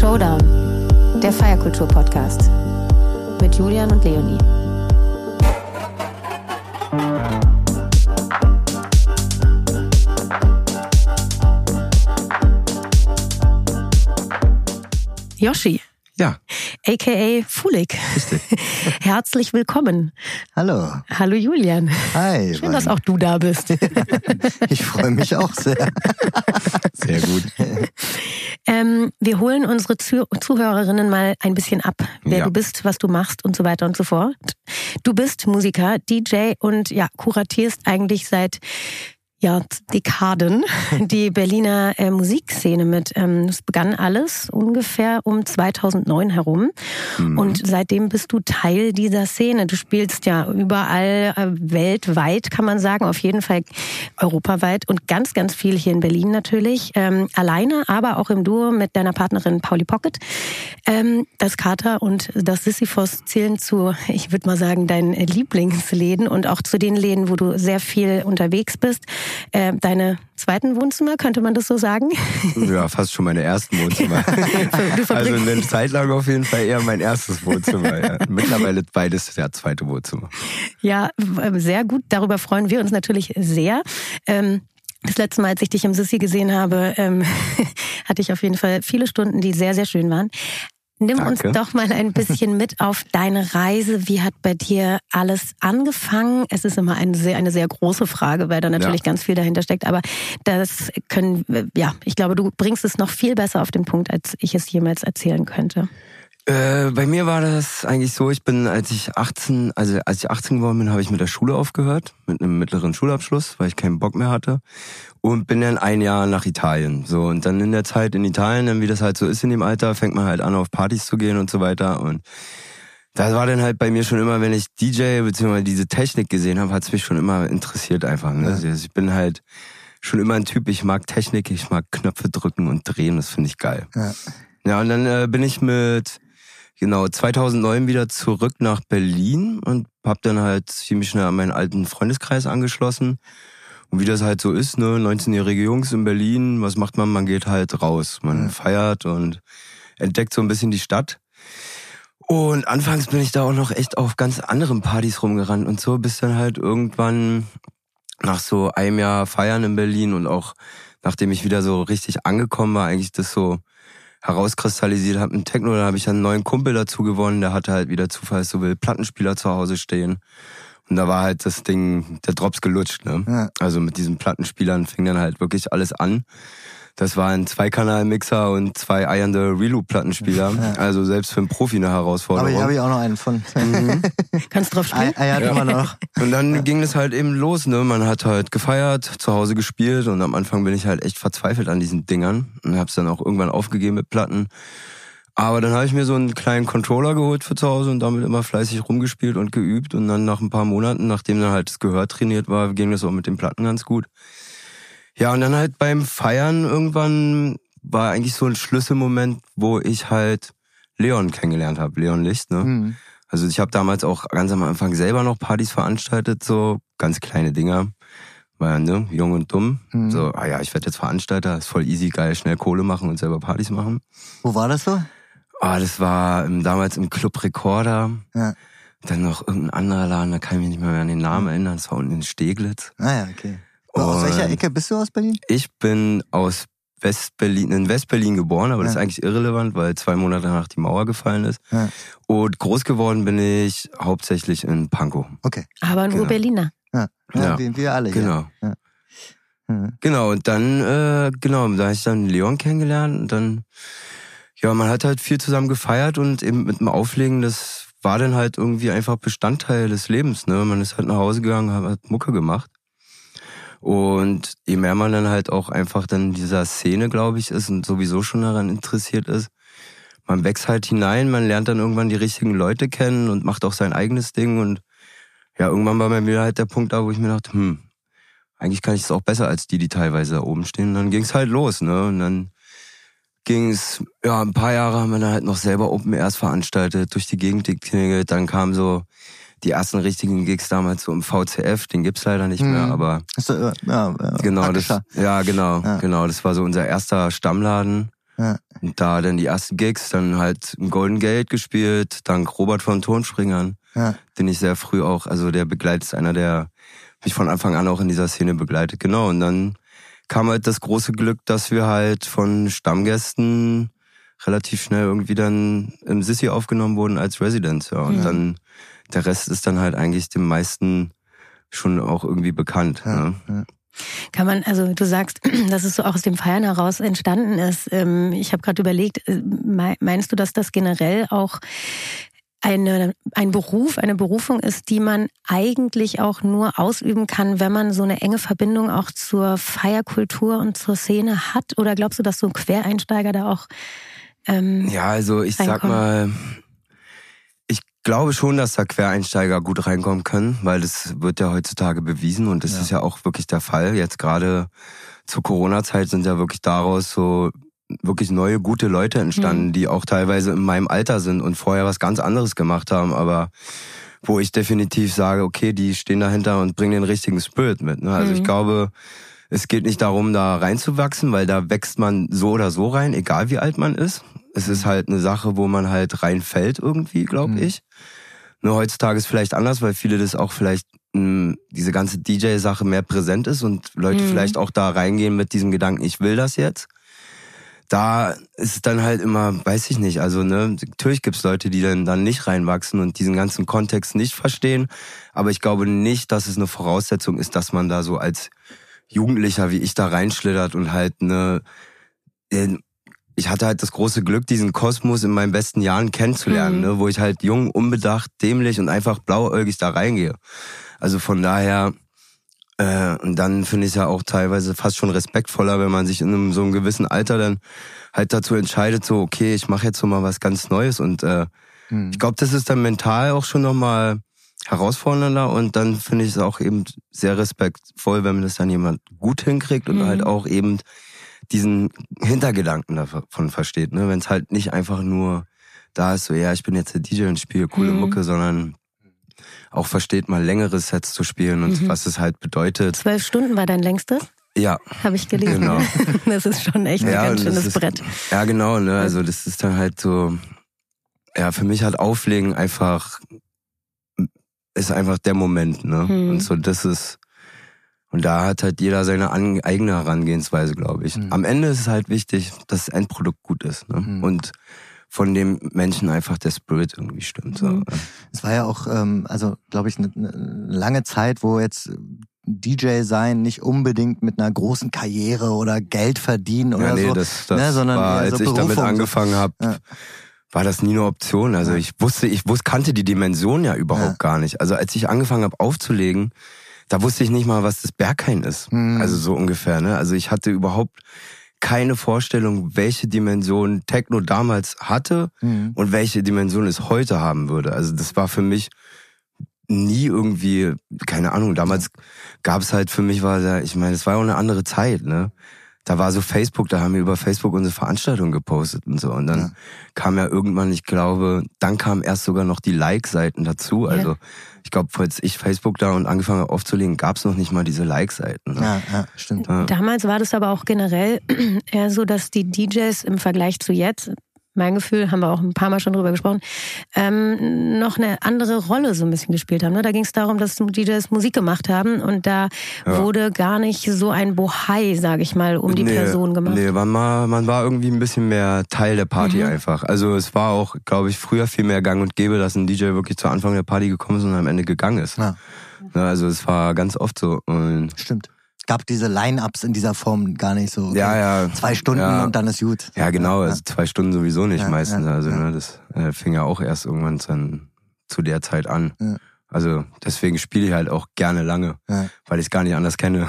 Showdown, der Feierkultur-Podcast mit Julian und Leonie. Yoshi. Ja. A.k.a. Fulik. Richtig. Herzlich willkommen. Hallo. Hallo Julian. Hi. Schön, dass auch du da bist. Ich freue mich auch sehr. Sehr gut. Wir holen unsere Zuhörerinnen mal ein bisschen ab, wer du bist, was du machst und so weiter und so fort. Du bist Musiker, DJ und kuratierst eigentlich seit Dekaden die Berliner Musikszene mit. Es begann alles ungefähr um 2009 herum. Und seitdem bist du Teil dieser Szene. Du spielst ja überall weltweit, kann man sagen, auf jeden Fall europaweit und ganz, ganz viel hier in Berlin natürlich. Alleine, aber auch im Duo mit deiner Partnerin Pauli Pocket. Das Kater und das Sisyphos zählen zu, ich würde mal sagen, deinen Lieblingsläden und auch zu den Läden, wo du sehr viel unterwegs bist. Deine zweiten Wohnzimmer, könnte man das so sagen? Ja, fast schon meine ersten Wohnzimmer. Also eine Zeit lang auf jeden Fall eher mein erstes Wohnzimmer. Ja. Mittlerweile beides der zweite Wohnzimmer. Ja, sehr gut. Darüber freuen wir uns natürlich sehr. Das letzte Mal, als ich dich im Sissi gesehen habe, hatte ich auf jeden Fall viele Stunden, die sehr, sehr schön waren. Nimm Danke. uns doch mal ein bisschen mit auf deine Reise. Wie hat bei dir alles angefangen? Es ist immer eine sehr große Frage, weil da natürlich ganz viel dahinter steckt. Aber ich glaube, du bringst es noch viel besser auf den Punkt, als ich es jemals erzählen könnte. Bei mir war das eigentlich so, als ich 18 geworden bin, habe ich mit der Schule aufgehört, mit einem mittleren Schulabschluss, weil ich keinen Bock mehr hatte. Und bin dann ein Jahr nach Italien. So, und dann in der Zeit in Italien, dann wie das halt so ist in dem Alter, fängt man halt an, auf Partys zu gehen und so weiter. Und das war dann halt bei mir schon immer, wenn ich DJ bzw. diese Technik gesehen habe, hat es mich schon immer interessiert einfach. Ne? Also ich bin halt schon immer ein Typ, ich mag Technik, ich mag Knöpfe drücken und drehen, das finde ich geil. Ja, und dann bin ich mit 2009 wieder zurück nach Berlin und hab dann halt ziemlich schnell an meinen alten Freundeskreis angeschlossen. Und wie das halt so ist, ne, 19-jährige Jungs in Berlin, was macht man? Man geht halt raus. Man feiert und entdeckt so ein bisschen die Stadt. Und anfangs bin ich da auch noch echt auf ganz anderen Partys rumgerannt und so, bis dann halt irgendwann nach so einem Jahr Feiern in Berlin und auch nachdem ich wieder so richtig angekommen war, eigentlich das so herauskristallisiert habe im Techno, da habe ich einen neuen Kumpel dazu gewonnen, der hatte halt wieder Zufall so will Plattenspieler zu Hause stehen. Und da war halt das Ding, der Drops gelutscht, ne? Ja. Also mit diesen Plattenspielern fing dann halt wirklich alles an. Das war ein 2-Kanal-Mixer und 2 eiernde Reloop-Plattenspieler. Ja. Also selbst für einen Profi eine Herausforderung. Aber ich habe auch noch einen von. Kannst du drauf spielen? Ja, immer noch. Und dann ging es halt eben los, ne? Man hat halt gefeiert, zu Hause gespielt und am Anfang bin ich halt echt verzweifelt an diesen Dingern und hab's dann auch irgendwann aufgegeben mit Platten. Aber dann habe ich mir so einen kleinen Controller geholt für zu Hause und damit immer fleißig rumgespielt und geübt. Und dann nach ein paar Monaten, nachdem dann halt das Gehör trainiert war, ging das auch mit den Platten ganz gut. Ja, und dann halt beim Feiern irgendwann war eigentlich so ein Schlüsselmoment, wo ich halt Leon kennengelernt habe, Leon Licht, ne? Also ich habe damals auch ganz am Anfang selber noch Partys veranstaltet, so ganz kleine Dinger. War ne, jung und dumm. So, ich werde jetzt Veranstalter, ist voll easy, geil, schnell Kohle machen und selber Partys machen. Wo war das so? Das war damals im Club Recorder. Ja. Dann noch irgendein anderer Laden, da kann ich mich nicht mehr an den Namen erinnern. Das war unten in Steglitz. Okay. Aus welcher Ecke bist du aus Berlin? Ich bin aus in Westberlin geboren, aber das ist eigentlich irrelevant, weil 2 Monate danach die Mauer gefallen ist. Ja. Und groß geworden bin ich hauptsächlich in Pankow. Okay. Aber ein Ur-Berliner. Ja, wir alle. Genau. Ja. Genau, und dann, da habe ich dann Leon kennengelernt und dann, man hat halt viel zusammen gefeiert und eben mit dem Auflegen, das war dann halt irgendwie einfach Bestandteil des Lebens, ne? Man ist halt nach Hause gegangen, hat Mucke gemacht. Und je mehr man dann halt auch einfach dann in dieser Szene, glaube ich, ist und sowieso schon daran interessiert ist, man wächst halt hinein, man lernt dann irgendwann die richtigen Leute kennen und macht auch sein eigenes Ding und irgendwann war bei mir halt der Punkt da, wo ich mir dachte, eigentlich kann ich es auch besser als die teilweise da oben stehen. Und dann ging's halt los, ne? Und dann ging's, ein paar Jahre haben wir dann halt noch selber Open Airs veranstaltet, durch die Gegend geklingelt. Dann kamen so die ersten richtigen Gigs damals so im VCF, den gibt's leider nicht mehr, aber genau, genau, das war so unser erster Stammladen. Ja. Und da dann die ersten Gigs, dann halt im Golden Gate gespielt, dank Robert von Tonspringern, den ich sehr früh auch, also der ist einer, der mich von Anfang an auch in dieser Szene begleitet. Genau, und dann kam halt das große Glück, dass wir halt von Stammgästen relativ schnell irgendwie dann im Sissi aufgenommen wurden als Residents. Ja. Und dann, der Rest ist dann halt eigentlich den meisten schon auch irgendwie bekannt. Ja. Ne? Kann man, also du sagst, dass es so auch aus dem Feiern heraus entstanden ist. Ich habe gerade überlegt, meinst du, dass das generell auch ein Beruf, eine Berufung ist, die man eigentlich auch nur ausüben kann, wenn man so eine enge Verbindung auch zur Feierkultur und zur Szene hat? Oder glaubst du, dass so ein Quereinsteiger da auch ja, also ich sag mal, ich glaube schon, dass da Quereinsteiger gut reinkommen können, weil das wird ja heutzutage bewiesen und das ist ja auch wirklich der Fall. Jetzt gerade zur Corona-Zeit sind ja wirklich daraus so wirklich neue, gute Leute entstanden, die auch teilweise in meinem Alter sind und vorher was ganz anderes gemacht haben, aber wo ich definitiv sage, okay, die stehen dahinter und bringen den richtigen Spirit mit. Ne? Also ich glaube, es geht nicht darum, da reinzuwachsen, weil da wächst man so oder so rein, egal wie alt man ist. Es ist halt eine Sache, wo man halt reinfällt irgendwie, glaube ich. Nur heutzutage ist vielleicht anders, weil viele das auch vielleicht diese ganze DJ-Sache mehr präsent ist und Leute vielleicht auch da reingehen mit diesem Gedanken, ich will das jetzt. Da ist es dann halt immer, weiß ich nicht, also ne, natürlich gibt's Leute, die dann nicht reinwachsen und diesen ganzen Kontext nicht verstehen, aber ich glaube nicht, dass es eine Voraussetzung ist, dass man da so als Jugendlicher wie ich da reinschlittert und halt ich hatte halt das große Glück, diesen Kosmos in meinen besten Jahren kennenzulernen, ne, wo ich halt jung, unbedacht, dämlich und einfach blauäugig da reingehe. Also von daher, und dann finde ich es ja auch teilweise fast schon respektvoller, wenn man sich in so einem gewissen Alter dann halt dazu entscheidet, so okay, ich mache jetzt so mal was ganz Neues und ich glaube, das ist dann mental auch schon nochmal herausfordernder und dann finde ich es auch eben sehr respektvoll, wenn das dann jemand gut hinkriegt und halt auch eben diesen Hintergedanken davon versteht, ne? Wenn es halt nicht einfach nur da ist, so ja, ich bin jetzt der DJ und spiele coole Mucke, sondern auch versteht, mal längere Sets zu spielen und was es halt bedeutet. 12 Stunden war dein längstes? Ja. Habe ich gelesen. Genau. Das ist schon echt ein ganz schönes Brett. Ja, genau, ne? Also das ist dann halt so, ja, für mich hat Auflegen ist einfach der Moment, ne? Und so, und da hat halt jeder seine eigene Herangehensweise, glaube ich. Am Ende ist es halt wichtig, dass das Endprodukt gut ist, ne? Und von dem Menschen einfach der Spirit irgendwie stimmt. So. Es war ja auch, also glaube ich, eine lange Zeit, wo jetzt DJ sein nicht unbedingt mit einer großen Karriere oder Geld verdienen oder so. Das sondern war, als ich damit angefangen habe, war das nie eine Option. Also ich kannte die Dimension ja überhaupt gar nicht. Also als ich angefangen habe aufzulegen, da wusste ich nicht mal, was das Berghain ist. Also so ungefähr, ne? Also ich hatte überhaupt keine Vorstellung, welche Dimension Techno damals hatte und welche Dimension es heute haben würde. Also das war für mich nie irgendwie, keine Ahnung, damals gab es halt für mich, ich meine, es war auch eine andere Zeit, ne? Da war so Facebook, da haben wir über Facebook unsere Veranstaltung gepostet und so. Und dann kam ja irgendwann, ich glaube, dann kamen erst sogar noch die Like-Seiten dazu. Also ich glaube, als ich Facebook da und angefangen habe aufzulegen, gab es noch nicht mal diese Like-Seiten. Ne? Ja, stimmt. Ja. Damals war das aber auch generell eher so, dass die DJs im Vergleich zu jetzt, mein Gefühl, haben wir auch ein paar Mal schon drüber gesprochen, noch eine andere Rolle so ein bisschen gespielt haben. Da ging es darum, dass DJs Musik gemacht haben und da wurde gar nicht so ein Bohai, sage ich mal, um die Person gemacht. Nee, man war irgendwie ein bisschen mehr Teil der Party einfach. Also es war auch, glaube ich, früher viel mehr gang und gäbe, dass ein DJ wirklich zu Anfang der Party gekommen ist und am Ende gegangen ist. Ja. Also es war ganz oft so. Und stimmt. Gab diese Line-Ups in dieser Form gar nicht so. Okay. Ja. 2 Stunden und dann ist gut. Ja, genau. Also 2 Stunden sowieso nicht meistens. Also ne, das fing ja auch erst irgendwann dann zu der Zeit an. Ja. Also deswegen spiele ich halt auch gerne lange, weil ich es gar nicht anders kenne.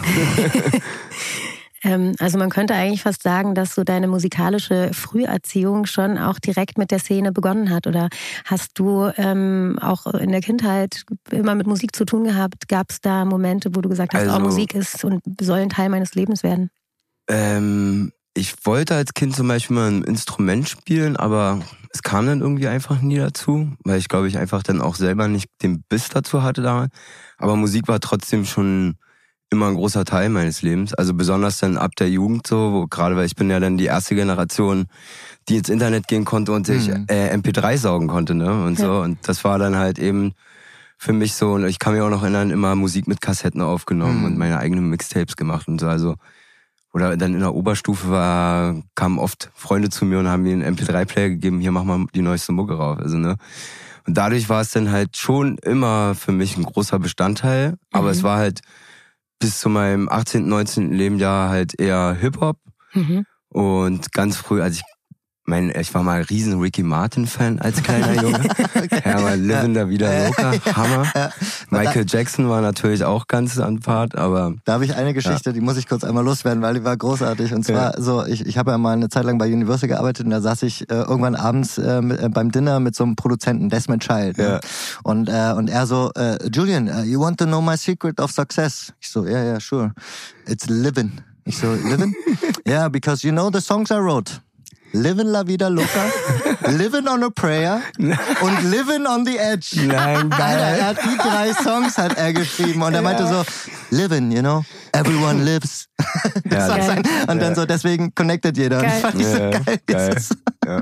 Also man könnte eigentlich fast sagen, dass so deine musikalische Früherziehung schon auch direkt mit der Szene begonnen hat. Oder hast du auch in der Kindheit immer mit Musik zu tun gehabt? Gab es da Momente, wo du gesagt hast, also, Musik ist und soll ein Teil meines Lebens werden? Ich wollte als Kind zum Beispiel mal ein Instrument spielen, aber es kam dann irgendwie einfach nie dazu, weil ich glaube, ich einfach dann auch selber nicht den Biss dazu hatte damals. Aber Musik war trotzdem schon immer ein großer Teil meines Lebens. Also besonders dann ab der Jugend so, wo gerade, weil ich bin ja dann die erste Generation, die ins Internet gehen konnte und sich MP3 saugen konnte, ne? Und so. Und das war dann halt eben für mich so, und ich kann mich auch noch erinnern, immer Musik mit Kassetten aufgenommen und meine eigenen Mixtapes gemacht und so. Also, oder dann in der Oberstufe kamen oft Freunde zu mir und haben mir einen MP3-Player gegeben, hier mach mal die neueste Mucke rauf. Also, ne? Und dadurch war es dann halt schon immer für mich ein großer Bestandteil, aber es war halt bis zu meinem 18., 19. Lebensjahr halt eher Hip-Hop. Und ganz früh, als ich war mal ein riesen Ricky Martin-Fan als kleiner Junge. Ja, mal Livin' La Vida Loca, Hammer. Michael Jackson war natürlich auch ganz an Part, aber... Da habe ich eine Geschichte, die muss ich kurz einmal loswerden, weil die war großartig. Und zwar so, ich habe ja mal eine Zeit lang bei Universal gearbeitet und da saß ich irgendwann abends beim Dinner mit so einem Produzenten, Desmond Child. Ne? Und er so, Julian, you want to know my secret of success? Ich so, yeah, sure. It's living. Ich so, living? Yeah, because you know the songs I wrote. Livin' La Vida Loca, Livin' on a Prayer und Livin' on the Edge. Nein, geil. Alter, er hat die 3 Songs hat er geschrieben und er meinte so, Livin', you know, everyone lives. Das war sein, und dann so, deswegen connected jeder. Und das fand ich so geil.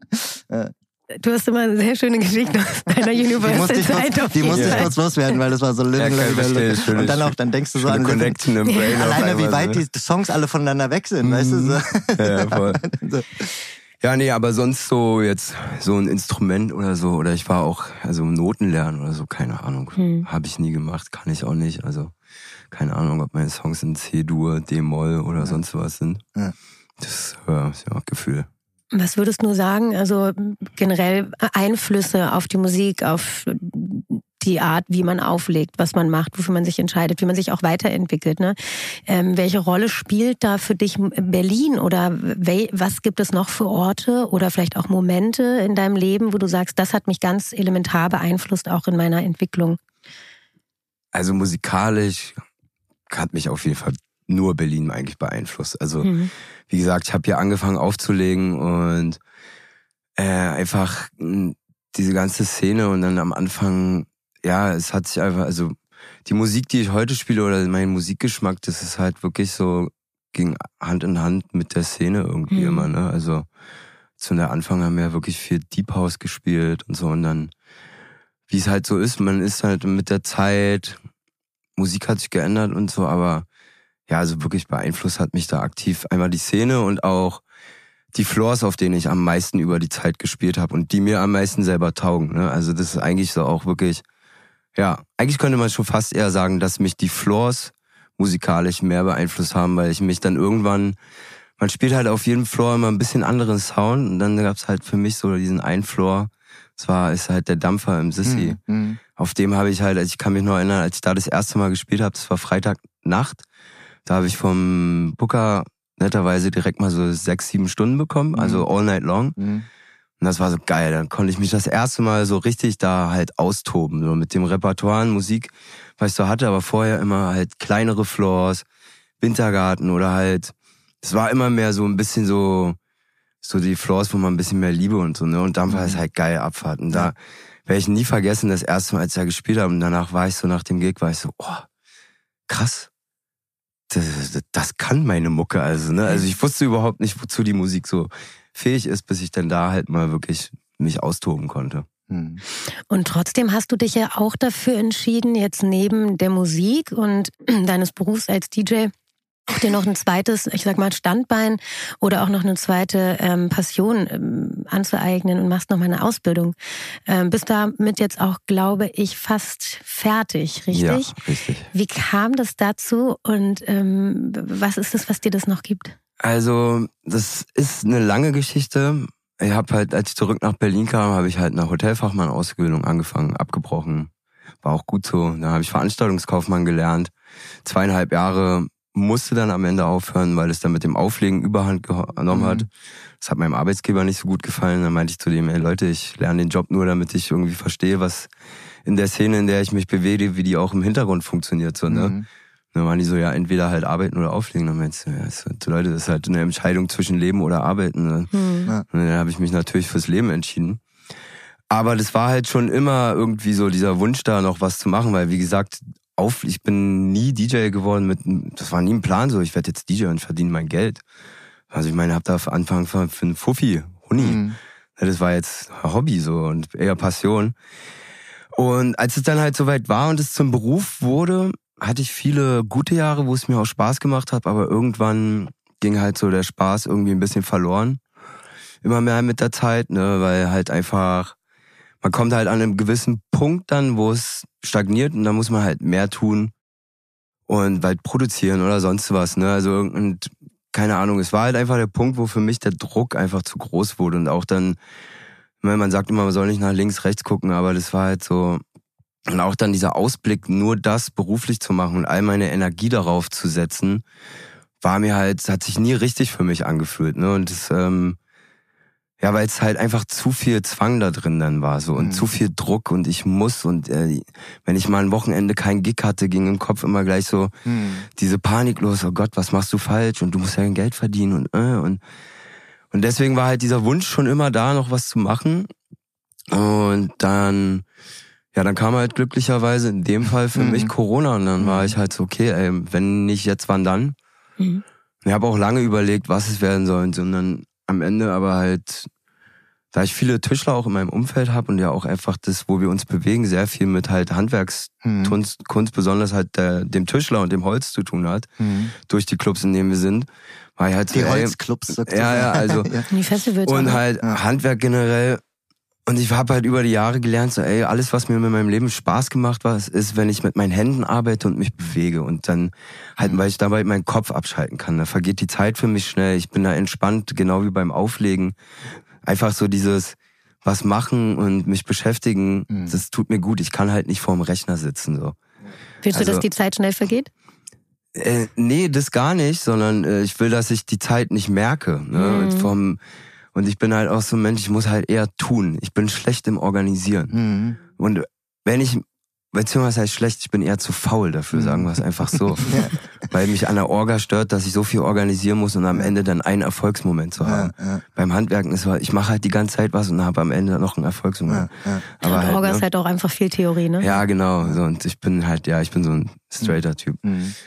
Du hast immer eine sehr schöne Geschichte aus deiner Universal-Zeit. Die musste ich kurz loswerden, weil das war so Livin' La Vida Loca. Und dann auch, dann denkst du so an Connection im Brain. Alleine wie weit die Songs alle voneinander weg sind, weißt du? So. Ja, voll. Ja, nee, aber sonst so jetzt so ein Instrument oder so, oder ich war auch, also Noten lernen oder so, keine Ahnung. Habe ich nie gemacht, kann ich auch nicht. Also keine Ahnung, ob meine Songs in C-Dur, D-Moll oder sonst was sind. Ja. Das ist ja auch Gefühl. Was würdest du sagen, also generell Einflüsse auf die Musik, auf die Art, wie man auflegt, was man macht, wofür man sich entscheidet, wie man sich auch weiterentwickelt, ne? Welche Rolle spielt da für dich Berlin oder was gibt es noch für Orte oder vielleicht auch Momente in deinem Leben, wo du sagst, das hat mich ganz elementar beeinflusst, auch in meiner Entwicklung? Also musikalisch hat mich auf jeden Fall nur Berlin eigentlich beeinflusst. Also wie gesagt, ich habe hier angefangen aufzulegen und einfach diese ganze Szene und dann am Anfang, ja, es hat sich einfach, also die Musik, die ich heute spiele oder mein Musikgeschmack, das ist halt wirklich so, ging Hand in Hand mit der Szene irgendwie immer, ne? Also zu der Anfang haben wir ja wirklich viel Deep House gespielt und so und dann, wie es halt so ist, man ist halt mit der Zeit, Musik hat sich geändert und so, aber ja, also wirklich beeinflusst hat mich da aktiv einmal die Szene und auch die Floors, auf denen ich am meisten über die Zeit gespielt habe und die mir am meisten selber taugen. Ne? Also das ist eigentlich so auch wirklich, ja, eigentlich könnte man schon fast eher sagen, dass mich die Floors musikalisch mehr beeinflusst haben, weil ich mich dann irgendwann, man spielt halt auf jedem Floor immer ein bisschen anderen Sound und dann gab's halt für mich so diesen einen Floor, ist halt der Dampfer im Sissi. Auf dem habe ich halt, ich kann mich noch erinnern, als ich da das erste Mal gespielt habe, das war Freitagnacht, da habe ich vom Booker netterweise direkt mal so 6, 7 Stunden bekommen, also all night long. Und das war so geil, dann konnte ich mich das erste Mal so richtig da halt austoben, so mit dem Repertoire an Musik, was ich so hatte, aber vorher immer halt kleinere Floors, Wintergarten oder halt, es war immer mehr so ein bisschen so die Floors, wo man ein bisschen mehr Liebe und so, ne, und dann war es halt geil, Abfahrt. Und da werde ich nie vergessen, das erste Mal, als ich da gespielt habe, und danach war ich so, nach dem Gig, war ich so, oh, krass. Das kann meine Mucke, also, ne? Also ich wusste überhaupt nicht, wozu die Musik so fähig ist, bis ich dann da halt mal wirklich mich austoben konnte. Und trotzdem hast du dich ja auch dafür entschieden, jetzt neben der Musik und deines Berufs als DJ auch dir noch ein zweites, ich sag mal, Standbein oder auch noch eine zweite Passion anzueignen und machst noch mal eine Ausbildung. Bist damit jetzt auch, glaube ich, fast fertig, richtig? Ja, richtig. Wie kam das dazu und was ist es, was dir das noch gibt? Also, das ist eine lange Geschichte. Ich habe halt, als ich zurück nach Berlin kam, habe ich halt eine Hotelfachmann-Ausbildung angefangen, abgebrochen. War auch gut so. Dann habe ich Veranstaltungskaufmann gelernt. 2,5 Jahre, musste dann am Ende aufhören, weil es dann mit dem Auflegen Überhand genommen hat. Das hat meinem Arbeitsgeber nicht so gut gefallen. Dann meinte ich zu dem, ey Leute, ich lerne den Job nur, damit ich irgendwie verstehe, was in der Szene, in der ich mich bewege, wie die auch im Hintergrund funktioniert. So, ne? Dann waren die so, ja, entweder halt arbeiten oder auflegen. Dann meinte ich, ja, Leute, das ist halt eine Entscheidung zwischen Leben oder Arbeiten. Ne? Und dann habe ich mich natürlich fürs Leben entschieden. Aber das war halt schon immer irgendwie so dieser Wunsch da, noch was zu machen, weil wie gesagt, ich bin nie DJ geworden das war nie ein Plan so, ich werde jetzt DJ und verdiene mein Geld. Also ich meine, hab da angefangen für einen Fuffi, Huni. Das war jetzt Hobby so und eher Passion. Und als es dann halt soweit war und es zum Beruf wurde, hatte ich viele gute Jahre, wo es mir auch Spaß gemacht hat, aber irgendwann ging halt so der Spaß irgendwie ein bisschen verloren. Immer mehr mit der Zeit, ne, weil halt einfach, man kommt halt an einem gewissen Punkt dann, wo es stagniert und dann muss man halt mehr tun und halt produzieren oder sonst was, ne, also und keine Ahnung, es war halt einfach der Punkt, wo für mich der Druck einfach zu groß wurde und auch dann, man sagt immer, man soll nicht nach links, rechts gucken, aber das war halt so, und auch dann dieser Ausblick, nur das beruflich zu machen und all meine Energie darauf zu setzen, war mir halt, hat sich nie richtig für mich angefühlt, ne, und das, ja, weil es halt einfach zu viel Zwang da drin dann war so und zu viel Druck und ich muss und wenn ich mal ein Wochenende kein Gig hatte, ging im Kopf immer gleich so diese Panik los, oh Gott, was machst du falsch und du musst ja dein Geld verdienen und deswegen war halt dieser Wunsch schon immer da, noch was zu machen und dann kam halt glücklicherweise in dem Fall für mich Corona und dann war ich halt so, okay, ey, wenn nicht jetzt, wann dann? Ich habe auch lange überlegt, was es werden soll und dann am Ende aber halt, da ich viele Tischler auch in meinem Umfeld habe und ja auch einfach das, wo wir uns bewegen, sehr viel mit halt Handwerkskunst, besonders halt dem Tischler und dem Holz zu tun hat, durch die Clubs, in denen wir sind, war ich halt die Holzclubs. Ja, also die Festivals und halt Handwerk generell. Und ich habe halt über die Jahre gelernt, so ey, alles, was mir in meinem Leben Spaß gemacht war, ist, wenn ich mit meinen Händen arbeite und mich bewege und dann halt, weil ich dabei meinen Kopf abschalten kann. Da vergeht die Zeit für mich schnell. Ich bin da entspannt, genau wie beim Auflegen. Einfach so dieses was machen und mich beschäftigen, das tut mir gut. Ich kann halt nicht vorm Rechner sitzen, so. Willst du, dass die Zeit schnell vergeht? Nee, das gar nicht, sondern ich will, dass ich die Zeit nicht merke, ne? Und ich bin halt auch so ein Mensch, ich muss halt eher tun. Ich bin schlecht im Organisieren. Und beziehungsweise heißt schlecht, ich bin eher zu faul dafür, sagen wir es einfach so. Weil mich an der Orga stört, dass ich so viel organisieren muss und am Ende dann einen Erfolgsmoment zu haben. Beim Handwerken ist es, ich mache halt die ganze Zeit was und habe am Ende noch einen Erfolgsmoment. Aber halt, Orga ist halt auch einfach viel Theorie, ne? Ja, genau. So, und ich bin so ein straighter Typ.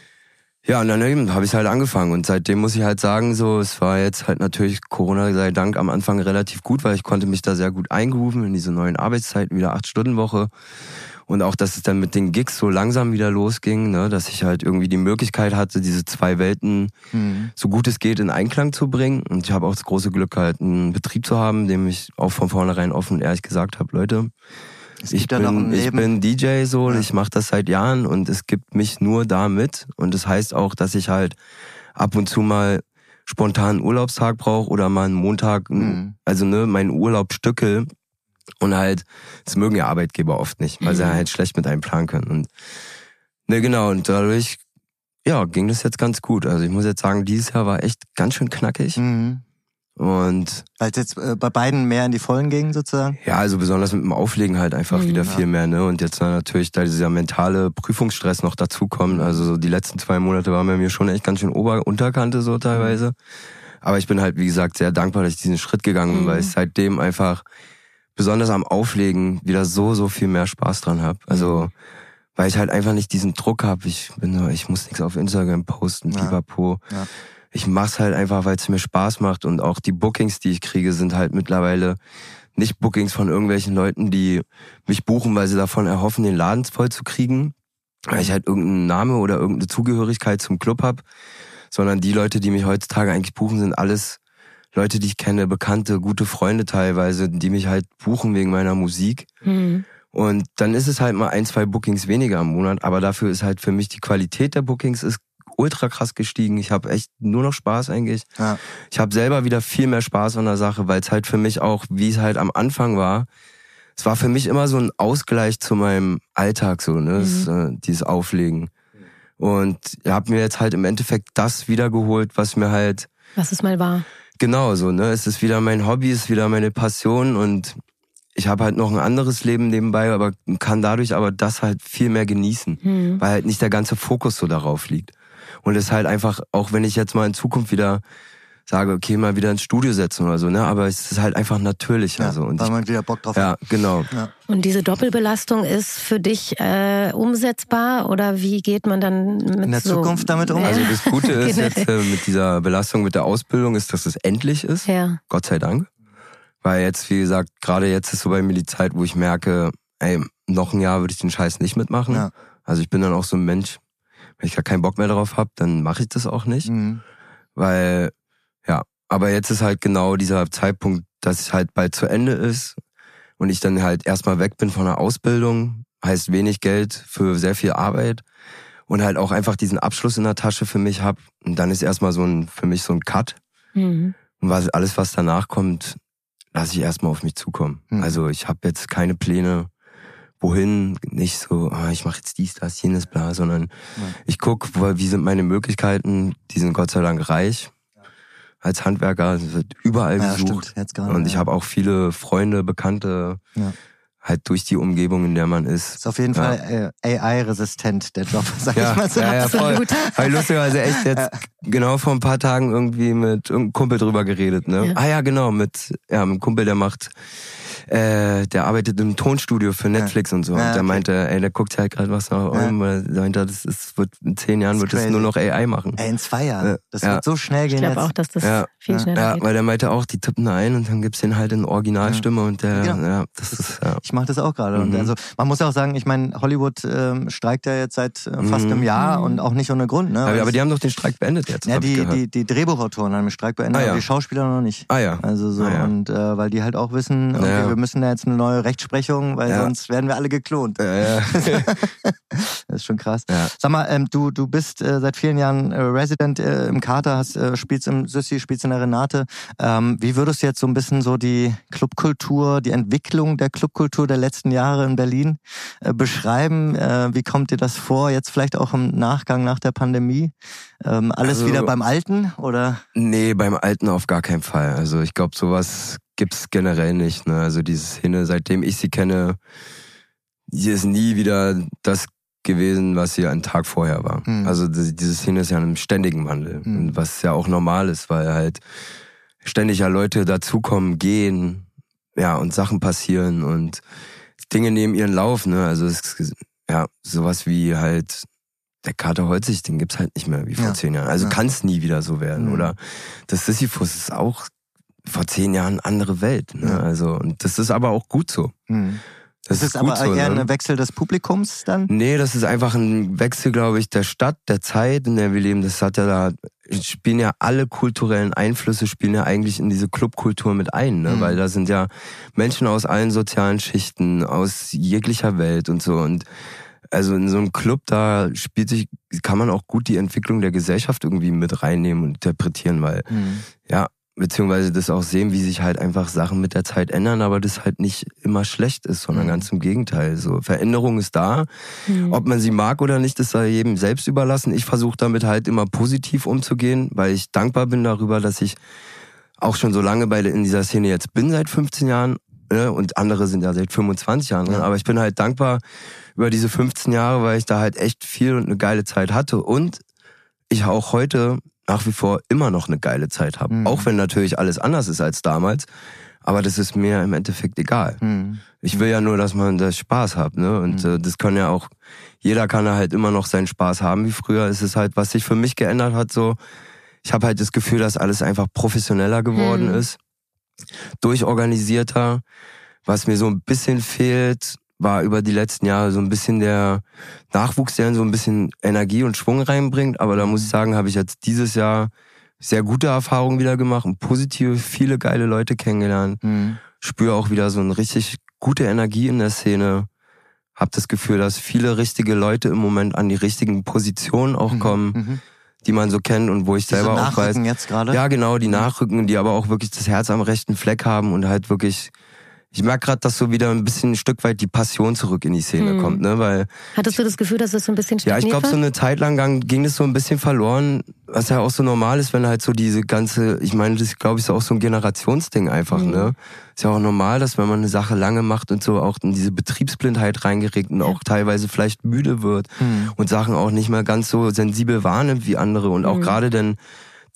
Ja, und dann eben habe ich halt angefangen und seitdem muss ich halt sagen, so, es war jetzt halt natürlich, Corona sei Dank, am Anfang relativ gut, weil ich konnte mich da sehr gut eingrooven in diese neuen Arbeitszeiten, wieder 8-Stunden-Woche und auch, dass es dann mit den Gigs so langsam wieder losging, ne, dass ich halt irgendwie die Möglichkeit hatte, diese zwei Welten so gut es geht in Einklang zu bringen und ich habe auch das große Glück halt, einen Betrieb zu haben, dem ich auch von vornherein offen und ehrlich gesagt habe, Leute, ich bin DJ so, ich mache das seit Jahren und es gibt mich nur damit und das heißt auch, dass ich halt ab und zu mal spontan einen Urlaubstag brauche oder mal einen Montag, also ne, meinen Urlaub stückel und halt, das mögen ja Arbeitgeber oft nicht, weil sie halt schlecht mit einem planen können und ne genau und dadurch ging das jetzt ganz gut. Also ich muss jetzt sagen, dieses Jahr war echt ganz schön knackig. Und weil es jetzt bei beiden mehr in die Vollen ging sozusagen? Ja, also besonders mit dem Auflegen halt einfach wieder viel mehr, ne? Und jetzt natürlich, da dieser mentale Prüfungsstress noch dazukommt, also so die letzten 2 Monate waren bei mir schon echt ganz schön Unterkante so teilweise. Aber ich bin halt, wie gesagt, sehr dankbar, dass ich diesen Schritt gegangen bin, weil ich seitdem einfach besonders am Auflegen wieder so viel mehr Spaß dran habe. Also weil ich halt einfach nicht diesen Druck habe, ich muss nichts auf Instagram posten, pipapo. Ich mach's halt einfach, weil es mir Spaß macht und auch die Bookings, die ich kriege, sind halt mittlerweile nicht Bookings von irgendwelchen Leuten, die mich buchen, weil sie davon erhoffen, den Laden voll zu kriegen, weil ich halt irgendeinen Namen oder irgendeine Zugehörigkeit zum Club hab, sondern die Leute, die mich heutzutage eigentlich buchen, sind alles Leute, die ich kenne, Bekannte, gute Freunde teilweise, die mich halt buchen wegen meiner Musik. Und dann ist es halt mal 1-2 Bookings weniger im Monat, aber dafür ist halt für mich die Qualität der Bookings ist ultra krass gestiegen. Ich habe echt nur noch Spaß eigentlich. Ja. Ich habe selber wieder viel mehr Spaß an der Sache, weil es halt für mich auch, wie es halt am Anfang war, es war für mich immer so ein Ausgleich zu meinem Alltag, so, ne, dieses Auflegen. Und ich habe mir jetzt halt im Endeffekt das wiedergeholt, was mir halt... Was es mal war. Genau, so, ne, es ist wieder mein Hobby, es ist wieder meine Passion und ich habe halt noch ein anderes Leben nebenbei, aber kann dadurch aber das halt viel mehr genießen, weil halt nicht der ganze Fokus so darauf liegt. Und es halt einfach, auch wenn ich jetzt mal in Zukunft wieder sage, okay, mal wieder ins Studio setzen oder so, ne? Aber es ist halt einfach natürlicher. Ja, so. Und weil man wieder Bock drauf hat. Ja, genau. Ja. Und diese Doppelbelastung ist für dich umsetzbar oder wie geht man dann mit in der Zukunft damit um? Also das Gute ist jetzt mit dieser Belastung mit der Ausbildung ist, dass es endlich ist. Ja. Gott sei Dank. Weil jetzt, wie gesagt, gerade jetzt ist so bei mir die Zeit, wo ich merke, ey, noch ein Jahr würde ich den Scheiß nicht mitmachen. Ja. Also ich bin dann auch so ein Mensch, wenn ich gar keinen Bock mehr drauf habe, dann mache ich das auch nicht. Mhm. Weil, ja, aber jetzt ist halt genau dieser Zeitpunkt, dass es halt bald zu Ende ist und ich dann halt erstmal weg bin von der Ausbildung, heißt wenig Geld für sehr viel Arbeit und halt auch einfach diesen Abschluss in der Tasche für mich habe. Und dann ist erstmal für mich so ein Cut. Mhm. Und alles, was danach kommt, lasse ich erstmal auf mich zukommen. Mhm. Also ich habe jetzt keine Pläne, wohin, nicht so, ich mache jetzt dies, das, jenes, bla, sondern ich gucke, wie sind meine Möglichkeiten, die sind Gott sei Dank reich. Als Handwerker, es wird überall gesucht. Stimmt, und ich habe auch viele Freunde, Bekannte, halt durch die Umgebung, in der man ist. Ist auf jeden Fall AI-resistent, der Job, sag ich mal so. Ja, voll. Habe ich lustigerweise echt jetzt genau vor ein paar Tagen irgendwie mit irgendeinem Kumpel drüber geredet, ne? Ja. Genau, mit einem Kumpel, der arbeitet im Tonstudio für Netflix und so. Und der meinte, der guckt halt gerade was nach Ulm, weil der meinte, wird in 10 Jahren wird es nur noch AI machen. In 2 Jahren. Das wird so schnell gehen. Ich glaube auch, dass das viel schneller geht. Ja, weil der meinte auch, die tippen ein und dann gibt's den halt in Originalstimme und Ich mache das auch gerade. Und also man muss ja auch sagen, ich meine, Hollywood streikt ja jetzt seit fast einem Jahr und auch nicht ohne Grund. Ne? Aber die haben doch den Streik beendet jetzt. Ja, die Drehbuchautoren haben den Streik beendet, aber die Schauspieler noch nicht. Also so und weil die halt auch wissen, okay, wir müssen da jetzt eine neue Rechtsprechung, weil sonst werden wir alle geklont. Das ist schon krass. Ja. Sag mal, du bist seit vielen Jahren Resident im Kater, spielst im Süssi, spielst in der Renate. Wie würdest du jetzt so ein bisschen so die Clubkultur, die Entwicklung der Clubkultur der letzten Jahre in Berlin beschreiben? Wie kommt dir das vor, jetzt vielleicht auch im Nachgang nach der Pandemie? Alles wieder beim Alten, oder? Nee, beim Alten auf gar keinen Fall. Also ich glaube, sowas gibt's generell nicht. Ne? Also diese Szene, seitdem ich sie kenne, sie ist nie wieder das gewesen, was sie einen Tag vorher war. Also diese Szene ist ja in einem ständigen Wandel. Was ja auch normal ist, weil halt ständig ja Leute dazukommen, gehen, und Sachen passieren und Dinge nehmen ihren Lauf. Ne? Also sowas wie halt der Kater Holzig, den gibt's halt nicht mehr wie vor 10 Jahren. Also kann es nie wieder so werden. Oder das Sisyphus ist auch vor 10 Jahren andere Welt. Ne? Also, und das ist aber auch gut so. Das ist aber so, eher ein Wechsel des Publikums dann? Nee, das ist einfach ein Wechsel, glaube ich, der Stadt, der Zeit, in der wir leben. Das hat spielen ja alle kulturellen Einflüsse, spielen ja eigentlich in diese Clubkultur mit ein, ne? Weil da sind ja Menschen aus allen sozialen Schichten, aus jeglicher Welt und so. Und also in so einem Club, da kann man auch gut die Entwicklung der Gesellschaft irgendwie mit reinnehmen und interpretieren, weil, beziehungsweise das auch sehen, wie sich halt einfach Sachen mit der Zeit ändern, aber das halt nicht immer schlecht ist, sondern ganz im Gegenteil. So, Veränderung ist da. Ob man sie mag oder nicht, ist da jedem selbst überlassen. Ich versuche damit halt immer positiv umzugehen, weil ich dankbar bin darüber, dass ich auch schon so lange in dieser Szene jetzt bin, seit 15 Jahren. Und andere sind ja seit 25 Jahren drin. Aber ich bin halt dankbar über diese 15 Jahre, weil ich da halt echt viel und eine geile Zeit hatte. Und ich auch heute nach wie vor immer noch eine geile Zeit habe. Auch wenn natürlich alles anders ist als damals. Aber das ist mir im Endeffekt egal. Ich will ja nur, dass man da Spaß hat. Ne? Und das kann ja auch, jeder kann ja halt immer noch seinen Spaß haben wie früher. Es ist halt, was sich für mich geändert hat, so, ich habe halt das Gefühl, dass alles einfach professioneller geworden ist. Durchorganisierter. Was mir so ein bisschen fehlt, war über die letzten Jahre so ein bisschen der Nachwuchs, der so ein bisschen Energie und Schwung reinbringt. Aber da muss ich sagen, habe ich jetzt dieses Jahr sehr gute Erfahrungen wieder gemacht und positive, viele geile Leute kennengelernt. Spüre auch wieder so eine richtig gute Energie in der Szene. Hab das Gefühl, dass viele richtige Leute im Moment an die richtigen Positionen auch kommen, die man so kennt und wo ich selber auch weiß. Jetzt gerade? Ja, genau, die Nachrücken, die aber auch wirklich das Herz am rechten Fleck haben und halt wirklich. Ich merke gerade, dass so wieder ein Stück weit die Passion zurück in die Szene kommt, ne? Weil hattest du das Gefühl, dass es so ein bisschen stagniert? Ja, ich glaube, so eine Zeit lang ging das so ein bisschen verloren, was ja auch so normal ist, wenn halt so diese ganze, ich meine, das glaube ich ist auch so ein Generationsding einfach, ne? Ist ja auch normal, dass wenn man eine Sache lange macht und so auch in diese Betriebsblindheit reingeregt und auch teilweise vielleicht müde wird und Sachen auch nicht mehr ganz so sensibel wahrnimmt wie andere und auch gerade denn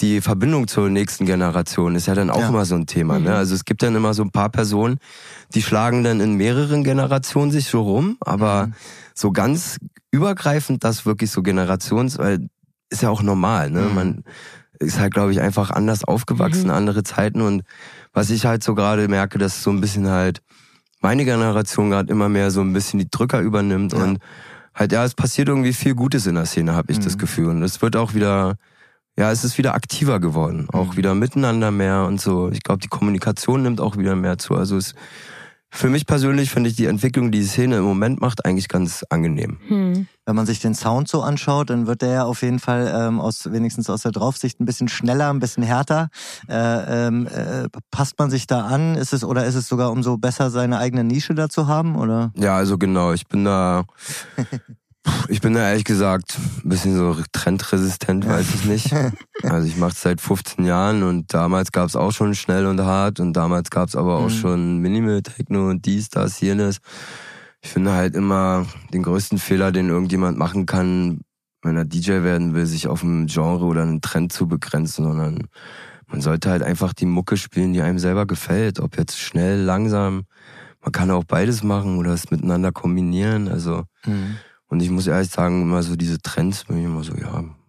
die Verbindung zur nächsten Generation ist ja dann auch immer so ein Thema. Ne? Also es gibt dann immer so ein paar Personen, die schlagen dann in mehreren Generationen sich so rum, aber so ganz übergreifend, das wirklich so weil ist ja auch normal. Ne? Man ist halt, glaube ich, einfach anders aufgewachsen, andere Zeiten. Und was ich halt so gerade merke, dass so ein bisschen halt meine Generation gerade immer mehr so ein bisschen die Drücker übernimmt und halt, es passiert irgendwie viel Gutes in der Szene, habe ich das Gefühl. Und es wird auch wieder, es ist wieder aktiver geworden. Auch wieder miteinander mehr und so. Ich glaube, die Kommunikation nimmt auch wieder mehr zu. Also für mich persönlich finde ich die Entwicklung, die Szene im Moment macht, eigentlich ganz angenehm. Wenn man sich den Sound so anschaut, dann wird der ja auf jeden Fall wenigstens aus der Draufsicht ein bisschen schneller, ein bisschen härter. Passt man sich da an? Ist es sogar umso besser, seine eigene Nische da zu haben, oder? Ja, also genau. Ich bin da ehrlich gesagt ein bisschen so trendresistent, weiß ich nicht. Also ich mache es seit 15 Jahren und damals gab es auch schon schnell und hart und damals gab es aber auch schon Minimal Techno und dies, das, jenes. Ich finde halt immer den größten Fehler, den irgendjemand machen kann, wenn er DJ werden will, sich auf ein Genre oder einen Trend zu begrenzen, sondern man sollte halt einfach die Mucke spielen, die einem selber gefällt. Ob jetzt schnell, langsam, man kann auch beides machen oder es miteinander kombinieren. Also und ich muss ehrlich sagen, immer so diese Trends, bin ich immer so,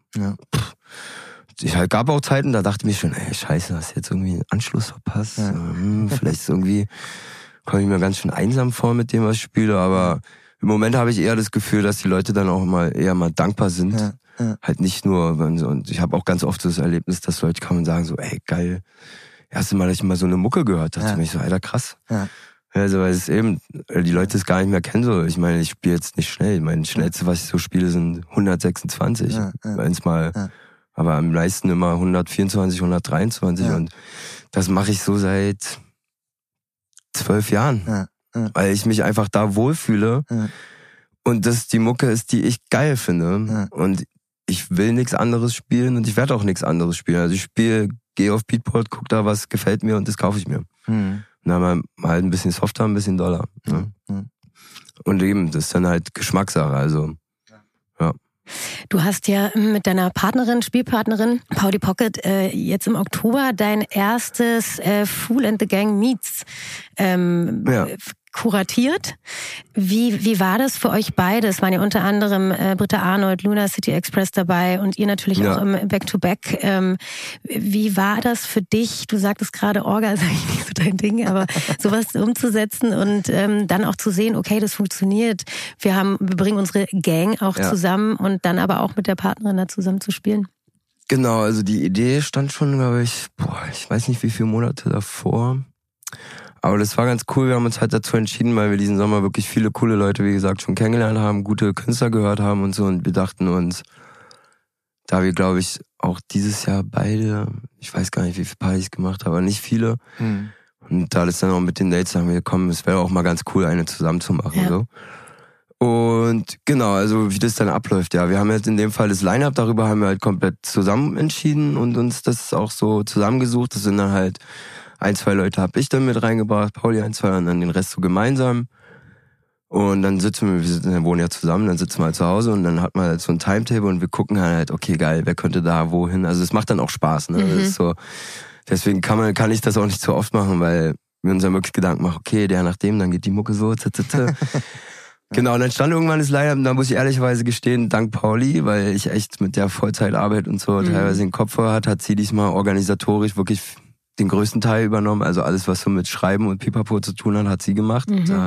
Ich gab auch Zeiten, da dachte ich mir schon, scheiße, hast du jetzt irgendwie einen Anschluss verpasst? Ja. Vielleicht ist irgendwie, komme ich mir ganz schön einsam vor mit dem, was ich spiele, aber im Moment habe ich eher das Gefühl, dass die Leute dann auch eher mal dankbar sind. Ja. Halt nicht nur, und ich habe auch ganz oft das Erlebnis, dass Leute kommen und sagen so, geil, erste Mal, dass ich mal so eine Mucke gehört habe, ich so, Alter, krass. Ja. Also, weil es eben, die Leute es gar nicht mehr kennen, so. Ich meine, ich spiele jetzt nicht schnell. Mein schnellste, was ich so spiele, sind 126. Wenn's mal, aber am meisten immer 124, 123. Und das mache ich so seit 12 Jahren. Weil ich mich einfach da wohlfühle. Und das die Mucke ist, die ich geil finde. Und ich will nichts anderes spielen und ich werde auch nichts anderes spielen. Also ich gehe auf Beatport, guck da, was gefällt mir und das kaufe ich mir. Na, mal ein bisschen softer, ein bisschen doller. Ne? Und eben, das ist dann halt Geschmackssache, also, ja. Du hast ja mit deiner Spielpartnerin, Pauli Pocket, jetzt im Oktober dein erstes Fool and the Gang Meets kuratiert. Wie war das für euch beide? Es waren ja unter anderem Britta Arnold, Luna City Express dabei und ihr natürlich auch im Back-to-Back. Wie war das für dich? Du sagtest gerade, Orga ist eigentlich nicht so dein Ding, aber sowas umzusetzen und dann auch zu sehen, okay, das funktioniert. Wir bringen unsere Gang auch zusammen und dann aber auch mit der Partnerin da zusammen zu spielen. Genau, also die Idee stand schon, glaube ich, ich weiß nicht wie viele Monate davor. Aber das war ganz cool, wir haben uns halt dazu entschieden, weil wir diesen Sommer wirklich viele coole Leute, wie gesagt, schon kennengelernt haben, gute Künstler gehört haben und so. Und wir dachten uns, da wir, glaube ich, auch dieses Jahr beide, ich weiß gar nicht, wie viele Partys gemacht haben, aber nicht viele. Und da das dann auch mit den Dates sagen wir, komm, es wäre auch mal ganz cool, eine zusammen zu machen. So. Und genau, also wie das dann abläuft, wir haben jetzt in dem Fall das Line-Up, darüber haben wir halt komplett zusammen entschieden und uns das auch so zusammengesucht. Das sind dann halt 1, 2 Leute habe ich dann mit reingebracht, Pauli 1, 2 und dann den Rest so gemeinsam. Und dann wir wohnen ja zusammen, dann sitzen wir halt zu Hause und dann hat man halt so ein Timetable und wir gucken halt, okay, geil, wer könnte da wohin? Also es macht dann auch Spaß, ne? Das ist so, deswegen kann ich das auch nicht zu oft machen, weil wir uns dann wirklich Gedanken machen, okay, der nach dem, dann geht die Mucke so, Genau, und dann stand irgendwann das Line-Up und da muss ich ehrlicherweise gestehen, dank Pauli, weil ich echt mit der Vollzeitarbeit und so teilweise den Kopf voll hat sie diesmal organisatorisch wirklich den größten Teil übernommen. Also alles, was so mit Schreiben und Pipapo zu tun hat sie gemacht.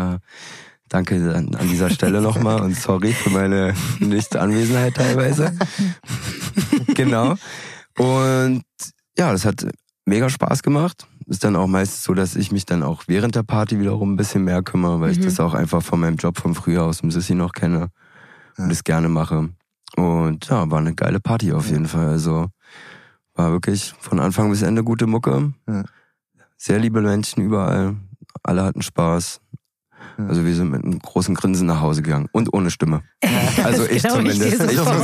Danke an dieser Stelle nochmal und sorry für meine Nicht-Anwesenheit teilweise. Genau. Und ja, das hat mega Spaß gemacht. Ist dann auch meistens so, dass ich mich dann auch während der Party wiederum ein bisschen mehr kümmere, weil ich das auch einfach von meinem Job von früher aus dem Sissi noch kenne und das gerne mache. Und ja, war eine geile Party auf jeden Fall. Also war wirklich von Anfang bis Ende gute Mucke. Sehr liebe Menschen überall. Alle hatten Spaß. Also wir sind mit einem großen Grinsen nach Hause gegangen und ohne Stimme. Also ich zumindest.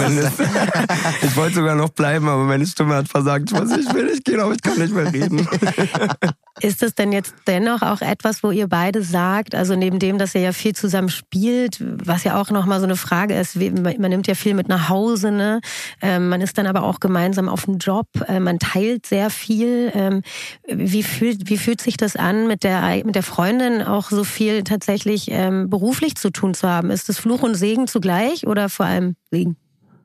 Ich wollte sogar noch bleiben, aber meine Stimme hat versagt. Ich will nicht gehen, aber ich kann nicht mehr reden. Ist das denn jetzt dennoch auch etwas, wo ihr beide sagt, also neben dem, dass ihr ja viel zusammen spielt, was ja auch nochmal so eine Frage ist, man nimmt ja viel mit nach Hause, ne? Man ist dann aber auch gemeinsam auf dem Job, man teilt sehr viel. Wie fühlt sich das an, mit der Freundin auch so viel tatsächlich beruflich zu tun zu haben? Ist das Fluch und Segen zugleich oder vor allem Segen?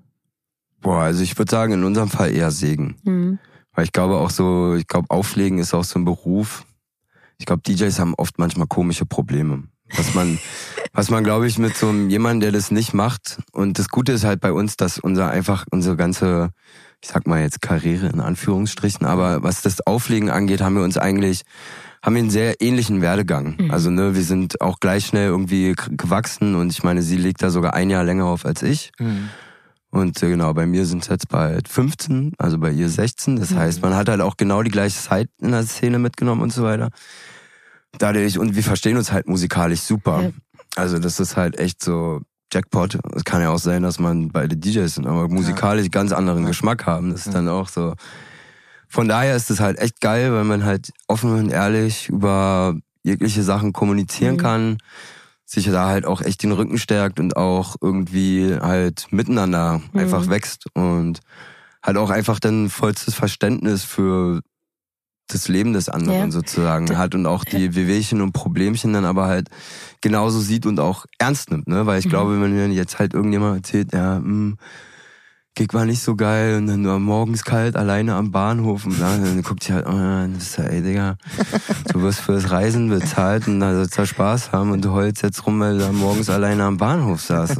Also ich würde sagen, in unserem Fall eher Segen. Mhm. Weil ich glaube Auflegen ist auch so ein Beruf. Ich glaube, DJs haben oft manchmal komische Probleme. Was man glaube ich, mit so jemandem, der das nicht macht. Und das Gute ist halt bei uns, dass unsere ganze, ich sag mal jetzt Karriere in Anführungsstrichen, aber was das Auflegen angeht, haben wir einen sehr ähnlichen Werdegang. Mhm. Also wir sind auch gleich schnell irgendwie gewachsen und ich meine, sie legt da sogar 1 Jahr länger auf als ich. Mhm. Und genau, bei mir sind es jetzt bald 15, also bei ihr 16. Das heißt, man hat halt auch genau die gleiche Zeit in der Szene mitgenommen und so weiter. Und wir verstehen uns halt musikalisch super. Ja. Also das ist halt echt so Jackpot. Es kann ja auch sein, dass man beide DJs sind, aber musikalisch ganz anderen Geschmack haben. Das ist dann auch so. Von daher ist es halt echt geil, weil man halt offen und ehrlich über jegliche Sachen kommunizieren kann, sich da halt auch echt den Rücken stärkt und auch irgendwie halt miteinander einfach wächst und halt auch einfach dann vollstes Verständnis für das Leben des anderen sozusagen hat und auch die Wehwehchen und Problemchen dann aber halt genauso sieht und auch ernst nimmt, ne? Weil ich glaube, wenn mir jetzt halt irgendjemand erzählt, Gig war nicht so geil und dann nur morgens kalt, alleine am Bahnhof und dann guckt sie halt, ey Digga, du wirst fürs Reisen bezahlt und da sollst du Spaß haben und du heulst jetzt rum, weil du morgens alleine am Bahnhof saßt.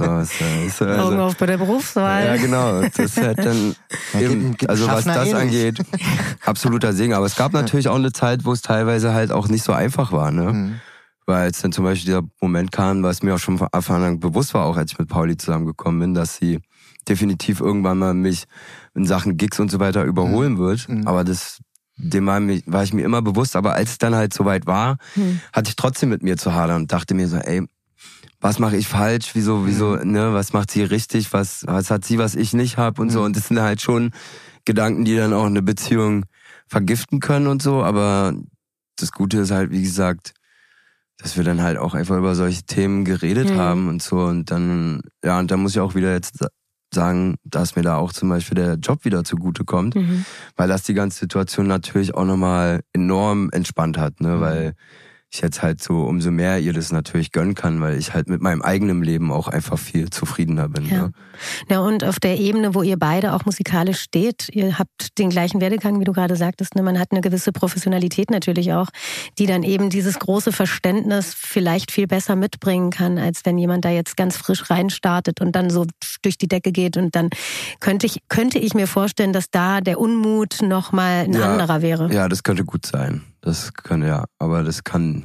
Augen auf bei der Berufswahl. Ja, genau. Das ist halt dann eben, also was das angeht, absoluter Segen. Aber es gab natürlich auch eine Zeit, wo es teilweise halt auch nicht so einfach war, ne? Mhm. Weil jetzt dann zum Beispiel dieser Moment kam, was mir auch schon von Anfang an bewusst war, auch als ich mit Pauli zusammengekommen bin, dass sie definitiv irgendwann mal mich in Sachen Gigs und so weiter überholen wird. Aber dem war ich mir immer bewusst. Aber als es dann halt soweit war, hatte ich trotzdem mit mir zu hadern und dachte mir so, ey, was mache ich falsch? Wieso, ne? Was macht sie richtig? Was hat sie, was ich nicht habe und so. Und das sind halt schon Gedanken, die dann auch eine Beziehung vergiften können und so. Aber das Gute ist halt, wie gesagt, dass wir dann halt auch einfach über solche Themen geredet haben und so. Und dann, und dann muss ich auch wieder jetzt sagen, dass mir da auch zum Beispiel der Job wieder zugute kommt, weil das die ganze Situation natürlich auch nochmal enorm entspannt hat, ne, weil ich jetzt halt so umso mehr ihr das natürlich gönnen kann, weil ich halt mit meinem eigenen Leben auch einfach viel zufriedener bin. Ja. Ne? Ja, und auf der Ebene, wo ihr beide auch musikalisch steht, ihr habt den gleichen Werdegang, wie du gerade sagtest, ne? Man hat eine gewisse Professionalität natürlich auch, die dann eben dieses große Verständnis vielleicht viel besser mitbringen kann, als wenn jemand da jetzt ganz frisch reinstartet und dann so durch die Decke geht und dann könnte ich mir vorstellen, dass da der Unmut nochmal ein anderer wäre. Ja, das könnte gut sein. Das kann, aber das kann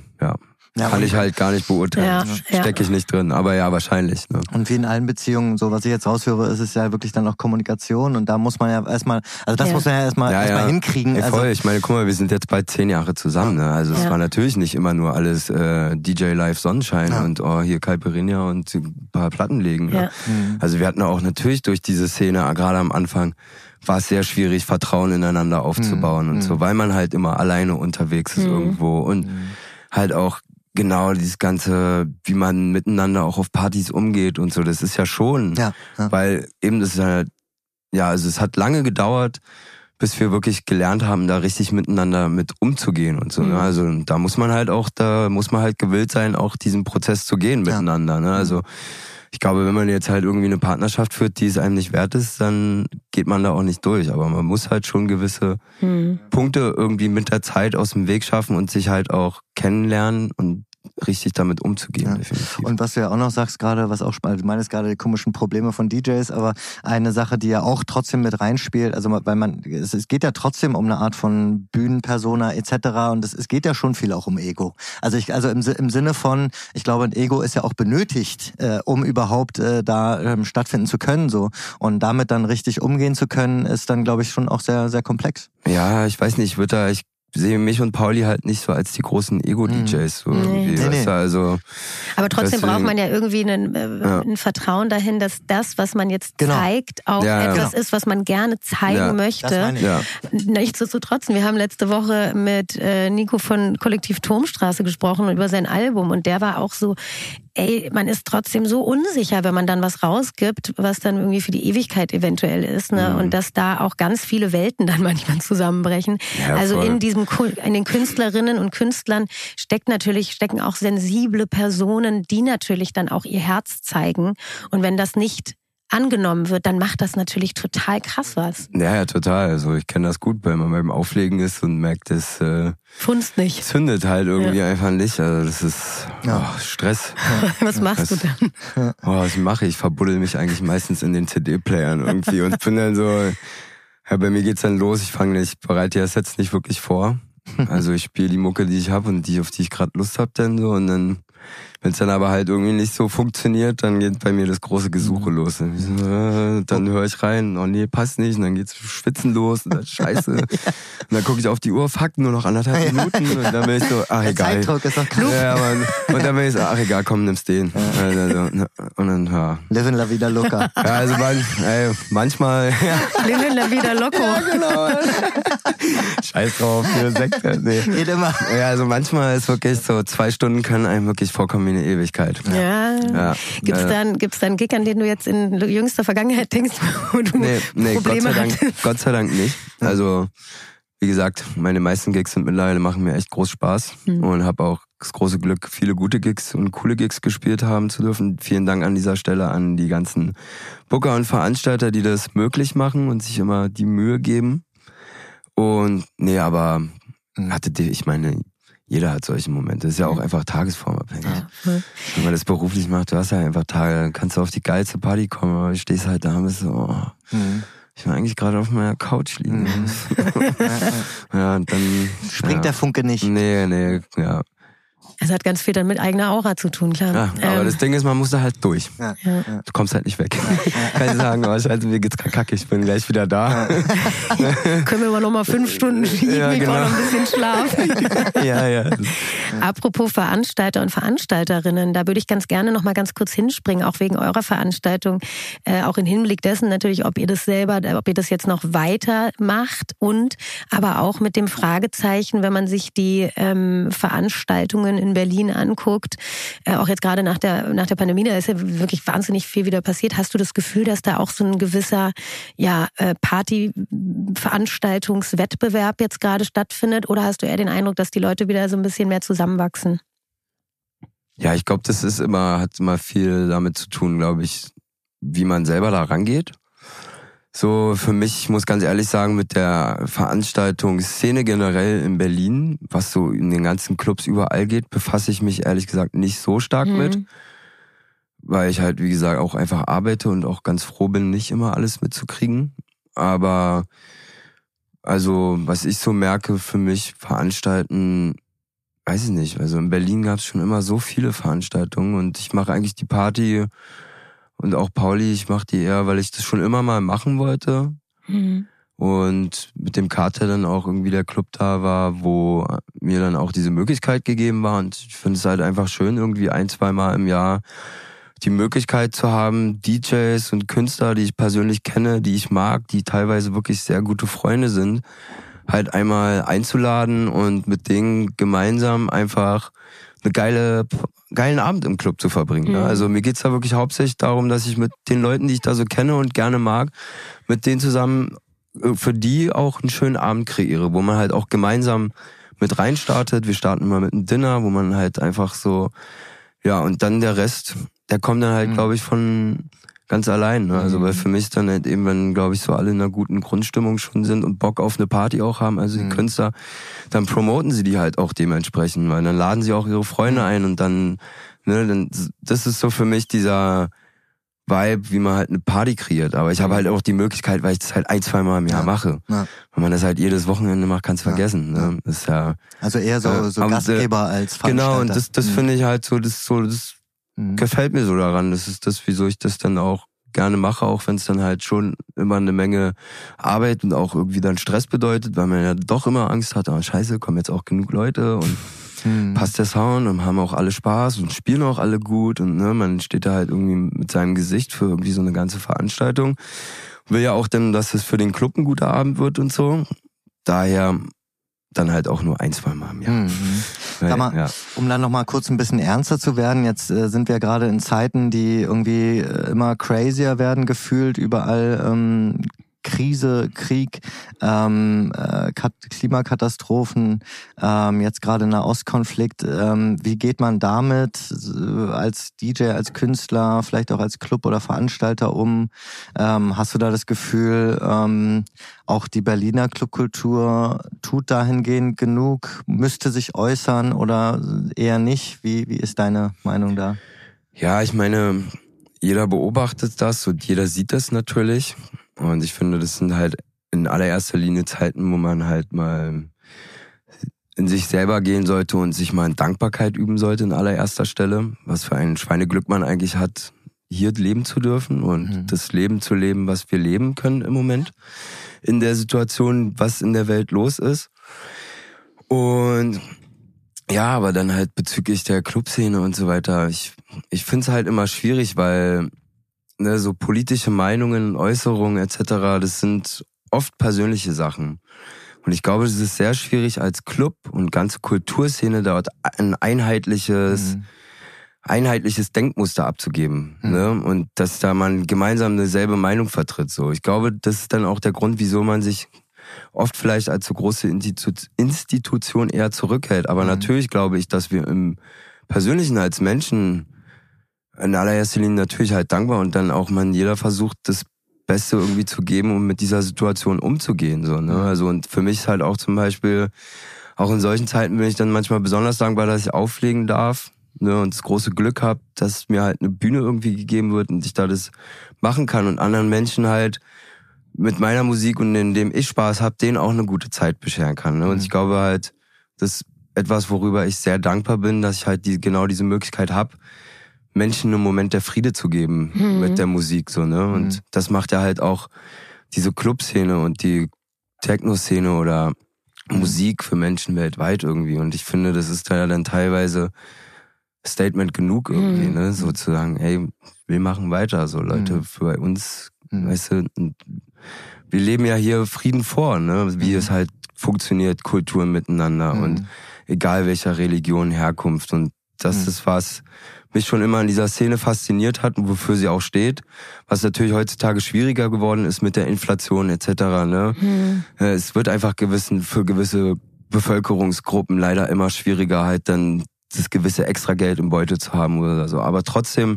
ich halt gar nicht beurteilen. Stecke ich nicht drin, aber ja, wahrscheinlich. Ne? Und wie in allen Beziehungen, so was ich jetzt raushöre, ist es ja wirklich dann auch Kommunikation und da muss man ja erstmal, muss man ja erstmal hinkriegen. Ey, voll, ich meine, guck mal, wir sind jetzt bald 10 Jahre zusammen, ne? Also es war natürlich nicht immer nur alles DJ Live Sonnenschein und hier Caipirinha und ein paar Platten legen. Ja. Also wir hatten auch natürlich durch diese Szene, gerade am Anfang, war es sehr schwierig, Vertrauen ineinander aufzubauen und so, weil man halt immer alleine unterwegs ist irgendwo und halt auch genau dieses ganze, wie man miteinander auch auf Partys umgeht und so, das ist ja schon, weil eben das ist halt, also es hat lange gedauert, bis wir wirklich gelernt haben, da richtig miteinander mit umzugehen und so, ne? Also da muss man halt gewillt sein, auch diesen Prozess zu gehen miteinander, ne? Also ich glaube, wenn man jetzt halt irgendwie eine Partnerschaft führt, die es einem nicht wert ist, dann geht man da auch nicht durch. Aber man muss halt schon gewisse Punkte irgendwie mit der Zeit aus dem Weg schaffen und sich halt auch kennenlernen und richtig damit umzugehen, definitiv. Und was du ja auch noch sagst gerade, was auch spannend, du meinst gerade die komischen Probleme von DJs, aber eine Sache, die ja auch trotzdem mit reinspielt, also weil es geht ja trotzdem um eine Art von Bühnenpersona etc. und es geht ja schon viel auch um Ego. Also im Sinne von, ich glaube, ein Ego ist ja auch benötigt, um überhaupt da stattfinden zu können, so. Und damit dann richtig umgehen zu können, ist dann, glaube ich, schon auch sehr, sehr komplex. Ja, ich weiß nicht, sehe mich und Pauli halt nicht so als die großen Ego-DJs. So weißt du, also aber trotzdem braucht man ja irgendwie ein Vertrauen dahin, dass das, was man jetzt zeigt, auch etwas ist, was man gerne zeigen möchte. Nichtsdestotrotz, wir haben letzte Woche mit Nico von Kollektiv Turmstraße gesprochen über sein Album und der war auch so, man ist trotzdem so unsicher, wenn man dann was rausgibt, was dann irgendwie für die Ewigkeit eventuell ist, ne? Und dass da auch ganz viele Welten dann manchmal zusammenbrechen. Ja, also in den Künstlerinnen und Künstlern stecken auch sensible Personen, die natürlich dann auch ihr Herz zeigen. Und wenn das nicht angenommen wird, dann macht das natürlich total krass was. Ja, total. Also ich kenne das gut, wenn man beim Auflegen ist und merkt, es funzt nicht. Zündet halt irgendwie einfach nicht. Also das ist Stress. Was machst du dann? Was mache ich? Ich verbuddel mich eigentlich meistens in den CD-Playern irgendwie und bin dann so, bei mir geht's dann los, ich bereite ja Sets nicht wirklich vor. Also ich spiele die Mucke, die ich habe und auf die ich gerade Lust habe dann so und dann, wenn es dann aber halt irgendwie nicht so funktioniert, dann geht bei mir das große Gesuche los. Dann höre ich rein, oh nee, passt nicht, und dann geht's Schwitzen los und dann scheiße. Und dann gucke ich auf die Uhr, fuck, nur noch 1,5 Minuten und dann bin ich so, ach egal. Der Zeitdruck ist doch krass. Ja, und dann bin ich so, ach egal, komm, nimm's den. Und dann, Live in la vida loca. Ja, also manchmal. Live in la vida loco. Ja, genau. Scheiß drauf, für Sekt. Nee. Geht immer. Ja, also manchmal ist wirklich so, 2 Stunden können einem wirklich vorkommen wie eine Ewigkeit. Ja. Gibt's da einen Gig, an den du jetzt in jüngster Vergangenheit denkst, wo du Probleme hattest? Gott sei Dank nicht. Also, wie gesagt, meine meisten Gigs machen mir echt groß Spaß und habe auch das große Glück, viele gute Gigs und coole Gigs gespielt haben zu dürfen. Vielen Dank an dieser Stelle an die ganzen Booker und Veranstalter, die das möglich machen und sich immer die Mühe geben. Und aber ich meine, jeder hat solche Momente. Das ist ja auch einfach tagesformabhängig. Ja. Wenn man das beruflich macht, du hast ja einfach Tage, kannst du auf die geilste Party kommen, aber du stehst halt da und bist so, ich will eigentlich gerade auf meiner Couch liegen. Ja, und dann springt der Funke nicht. Nee, ja. Es hat ganz viel dann mit eigener Aura zu tun, klar. Ja, aber das Ding ist, man muss da halt durch. Ja. Du kommst halt nicht weg. Kann ich sagen, scheiße, mir geht's kacke, ich bin gleich wieder da. Können wir mal noch mal 5 Stunden schieben, ich brauche noch ein bisschen Schlaf. Ja. Apropos Veranstalter und Veranstalterinnen, da würde ich ganz gerne noch mal ganz kurz hinspringen, auch wegen eurer Veranstaltung, auch im Hinblick dessen natürlich, ob ihr das jetzt noch weiter macht und aber auch mit dem Fragezeichen, wenn man sich die Veranstaltungen in Berlin anguckt, auch jetzt gerade nach der Pandemie, da ist ja wirklich wahnsinnig viel wieder passiert. Hast du das Gefühl, dass da auch so ein gewisser Party-Veranstaltungswettbewerb jetzt gerade stattfindet? Oder hast du eher den Eindruck, dass die Leute wieder so ein bisschen mehr zusammenwachsen? Ja, ich glaube, das hat immer viel damit zu tun, glaube ich, wie man selber da rangeht. So, für mich, ich muss ganz ehrlich sagen, mit der Veranstaltungsszene generell in Berlin, was so in den ganzen Clubs überall geht, befasse ich mich ehrlich gesagt nicht so stark mit. Weil ich halt, wie gesagt, auch einfach arbeite und auch ganz froh bin, nicht immer alles mitzukriegen. Aber, also, was ich so merke für mich, Veranstalten, weiß ich nicht. Also in Berlin gab es schon immer so viele Veranstaltungen und ich mache eigentlich die Party. Und auch Pauli, ich mache die eher, weil ich das schon immer mal machen wollte. Und mit dem Kater dann auch irgendwie der Club da war, wo mir dann auch diese Möglichkeit gegeben war. Und ich finde es halt einfach schön, irgendwie 1-2 Mal im Jahr die Möglichkeit zu haben, DJs und Künstler, die ich persönlich kenne, die ich mag, die teilweise wirklich sehr gute Freunde sind, halt einmal einzuladen und mit denen gemeinsam einfach eine geilen Abend im Club zu verbringen. Also mir geht's da wirklich hauptsächlich darum, dass ich mit den Leuten, die ich da so kenne und gerne mag, mit denen zusammen für die auch einen schönen Abend kreiere, wo man halt auch gemeinsam mit reinstartet. Wir starten immer mit einem Dinner, wo man halt einfach so, und dann der Rest, der kommt dann halt, glaube ich, von ganz allein. Ne? Also weil für mich dann halt eben, wenn, glaube ich, so alle in einer guten Grundstimmung schon sind und Bock auf eine Party auch haben, also die Künstler, dann promoten sie die halt auch dementsprechend, weil dann laden sie auch ihre Freunde ein und dann, das ist so für mich dieser Vibe, wie man halt eine Party kreiert. Aber ich habe halt auch die Möglichkeit, weil ich das halt 1-2 Mal im Jahr mache. Ja. Wenn man das halt jedes Wochenende macht, kannst du vergessen. Ne? Das ist ja, also eher so Gastgeber als Veranstalter. Genau, und das finde ich halt so, das gefällt mir so daran. Das ist das, wieso ich das dann auch gerne mache, auch wenn es dann halt schon immer eine Menge Arbeit und auch irgendwie dann Stress bedeutet, weil man ja doch immer Angst hat, scheiße, kommen jetzt auch genug Leute und passt der Sound und haben auch alle Spaß und spielen auch alle gut und ne, man steht da halt irgendwie mit seinem Gesicht für irgendwie so eine ganze Veranstaltung. Will ja auch dann, dass es für den Club ein guter Abend wird und so. Daher dann halt auch nur 1-2 Mal im Jahr. Sag mal, um dann nochmal kurz ein bisschen ernster zu werden, jetzt sind wir gerade in Zeiten, die irgendwie immer crazier werden gefühlt, überall Krise, Krieg, Klimakatastrophen, jetzt gerade Nahostkonflikt. Wie geht man damit als DJ, als Künstler, vielleicht auch als Club oder Veranstalter um? Hast du da das Gefühl, auch die Berliner Clubkultur tut dahingehend genug, müsste sich äußern oder eher nicht? Wie ist deine Meinung da? Ja, ich meine, jeder beobachtet das und jeder sieht das natürlich. Und ich finde, das sind halt in allererster Linie Zeiten, wo man halt mal in sich selber gehen sollte und sich mal in Dankbarkeit üben sollte in allererster Stelle. Was für ein Schweineglück man eigentlich hat, hier leben zu dürfen und das Leben zu leben, was wir leben können im Moment. In der Situation, was in der Welt los ist. Und ja, aber dann halt bezüglich der Clubszene und so weiter. Ich finde es halt immer schwierig, weil ne, so politische Meinungen, Äußerungen etc., das sind oft persönliche Sachen. Und ich glaube, es ist sehr schwierig als Club und ganze Kulturszene dort ein einheitliches Denkmuster abzugeben. Ne? Und dass da man gemeinsam dieselbe Meinung vertritt. So, ich glaube, das ist dann auch der Grund, wieso man sich oft vielleicht als so große Institution eher zurückhält. Aber natürlich glaube ich, dass wir im Persönlichen als Menschen in allererster Linie natürlich halt dankbar und dann auch jeder versucht, das Beste irgendwie zu geben, um mit dieser Situation umzugehen, so, ne? Also, und für mich ist halt auch zum Beispiel, auch in solchen Zeiten bin ich dann manchmal besonders dankbar, dass ich auflegen darf, ne? Und das große Glück habe, dass mir halt eine Bühne irgendwie gegeben wird und ich da das machen kann und anderen Menschen halt mit meiner Musik und indem ich Spaß habe, denen auch eine gute Zeit bescheren kann, ne? Und ich glaube halt, das ist etwas, worüber ich sehr dankbar bin, dass ich halt genau diese Möglichkeit habe, Menschen einen Moment der Friede zu geben mit der Musik, so, ne? Und das macht ja halt auch diese Clubszene und die Techno-Szene oder Musik für Menschen weltweit irgendwie. Und ich finde, das ist da ja dann teilweise Statement genug irgendwie, ne? So zu sagen, ey, wir machen weiter, so Leute, für uns, weißt du, und wir leben ja hier Frieden vor, ne? Wie es halt funktioniert, Kulturen miteinander und egal welcher Religion, Herkunft. Und das ist was mich schon immer in dieser Szene fasziniert hat und wofür sie auch steht, was natürlich heutzutage schwieriger geworden ist mit der Inflation etc. Ne? Es wird einfach für gewisse Bevölkerungsgruppen leider immer schwieriger, halt dann das gewisse Extrageld im Beutel zu haben oder so. Aber trotzdem,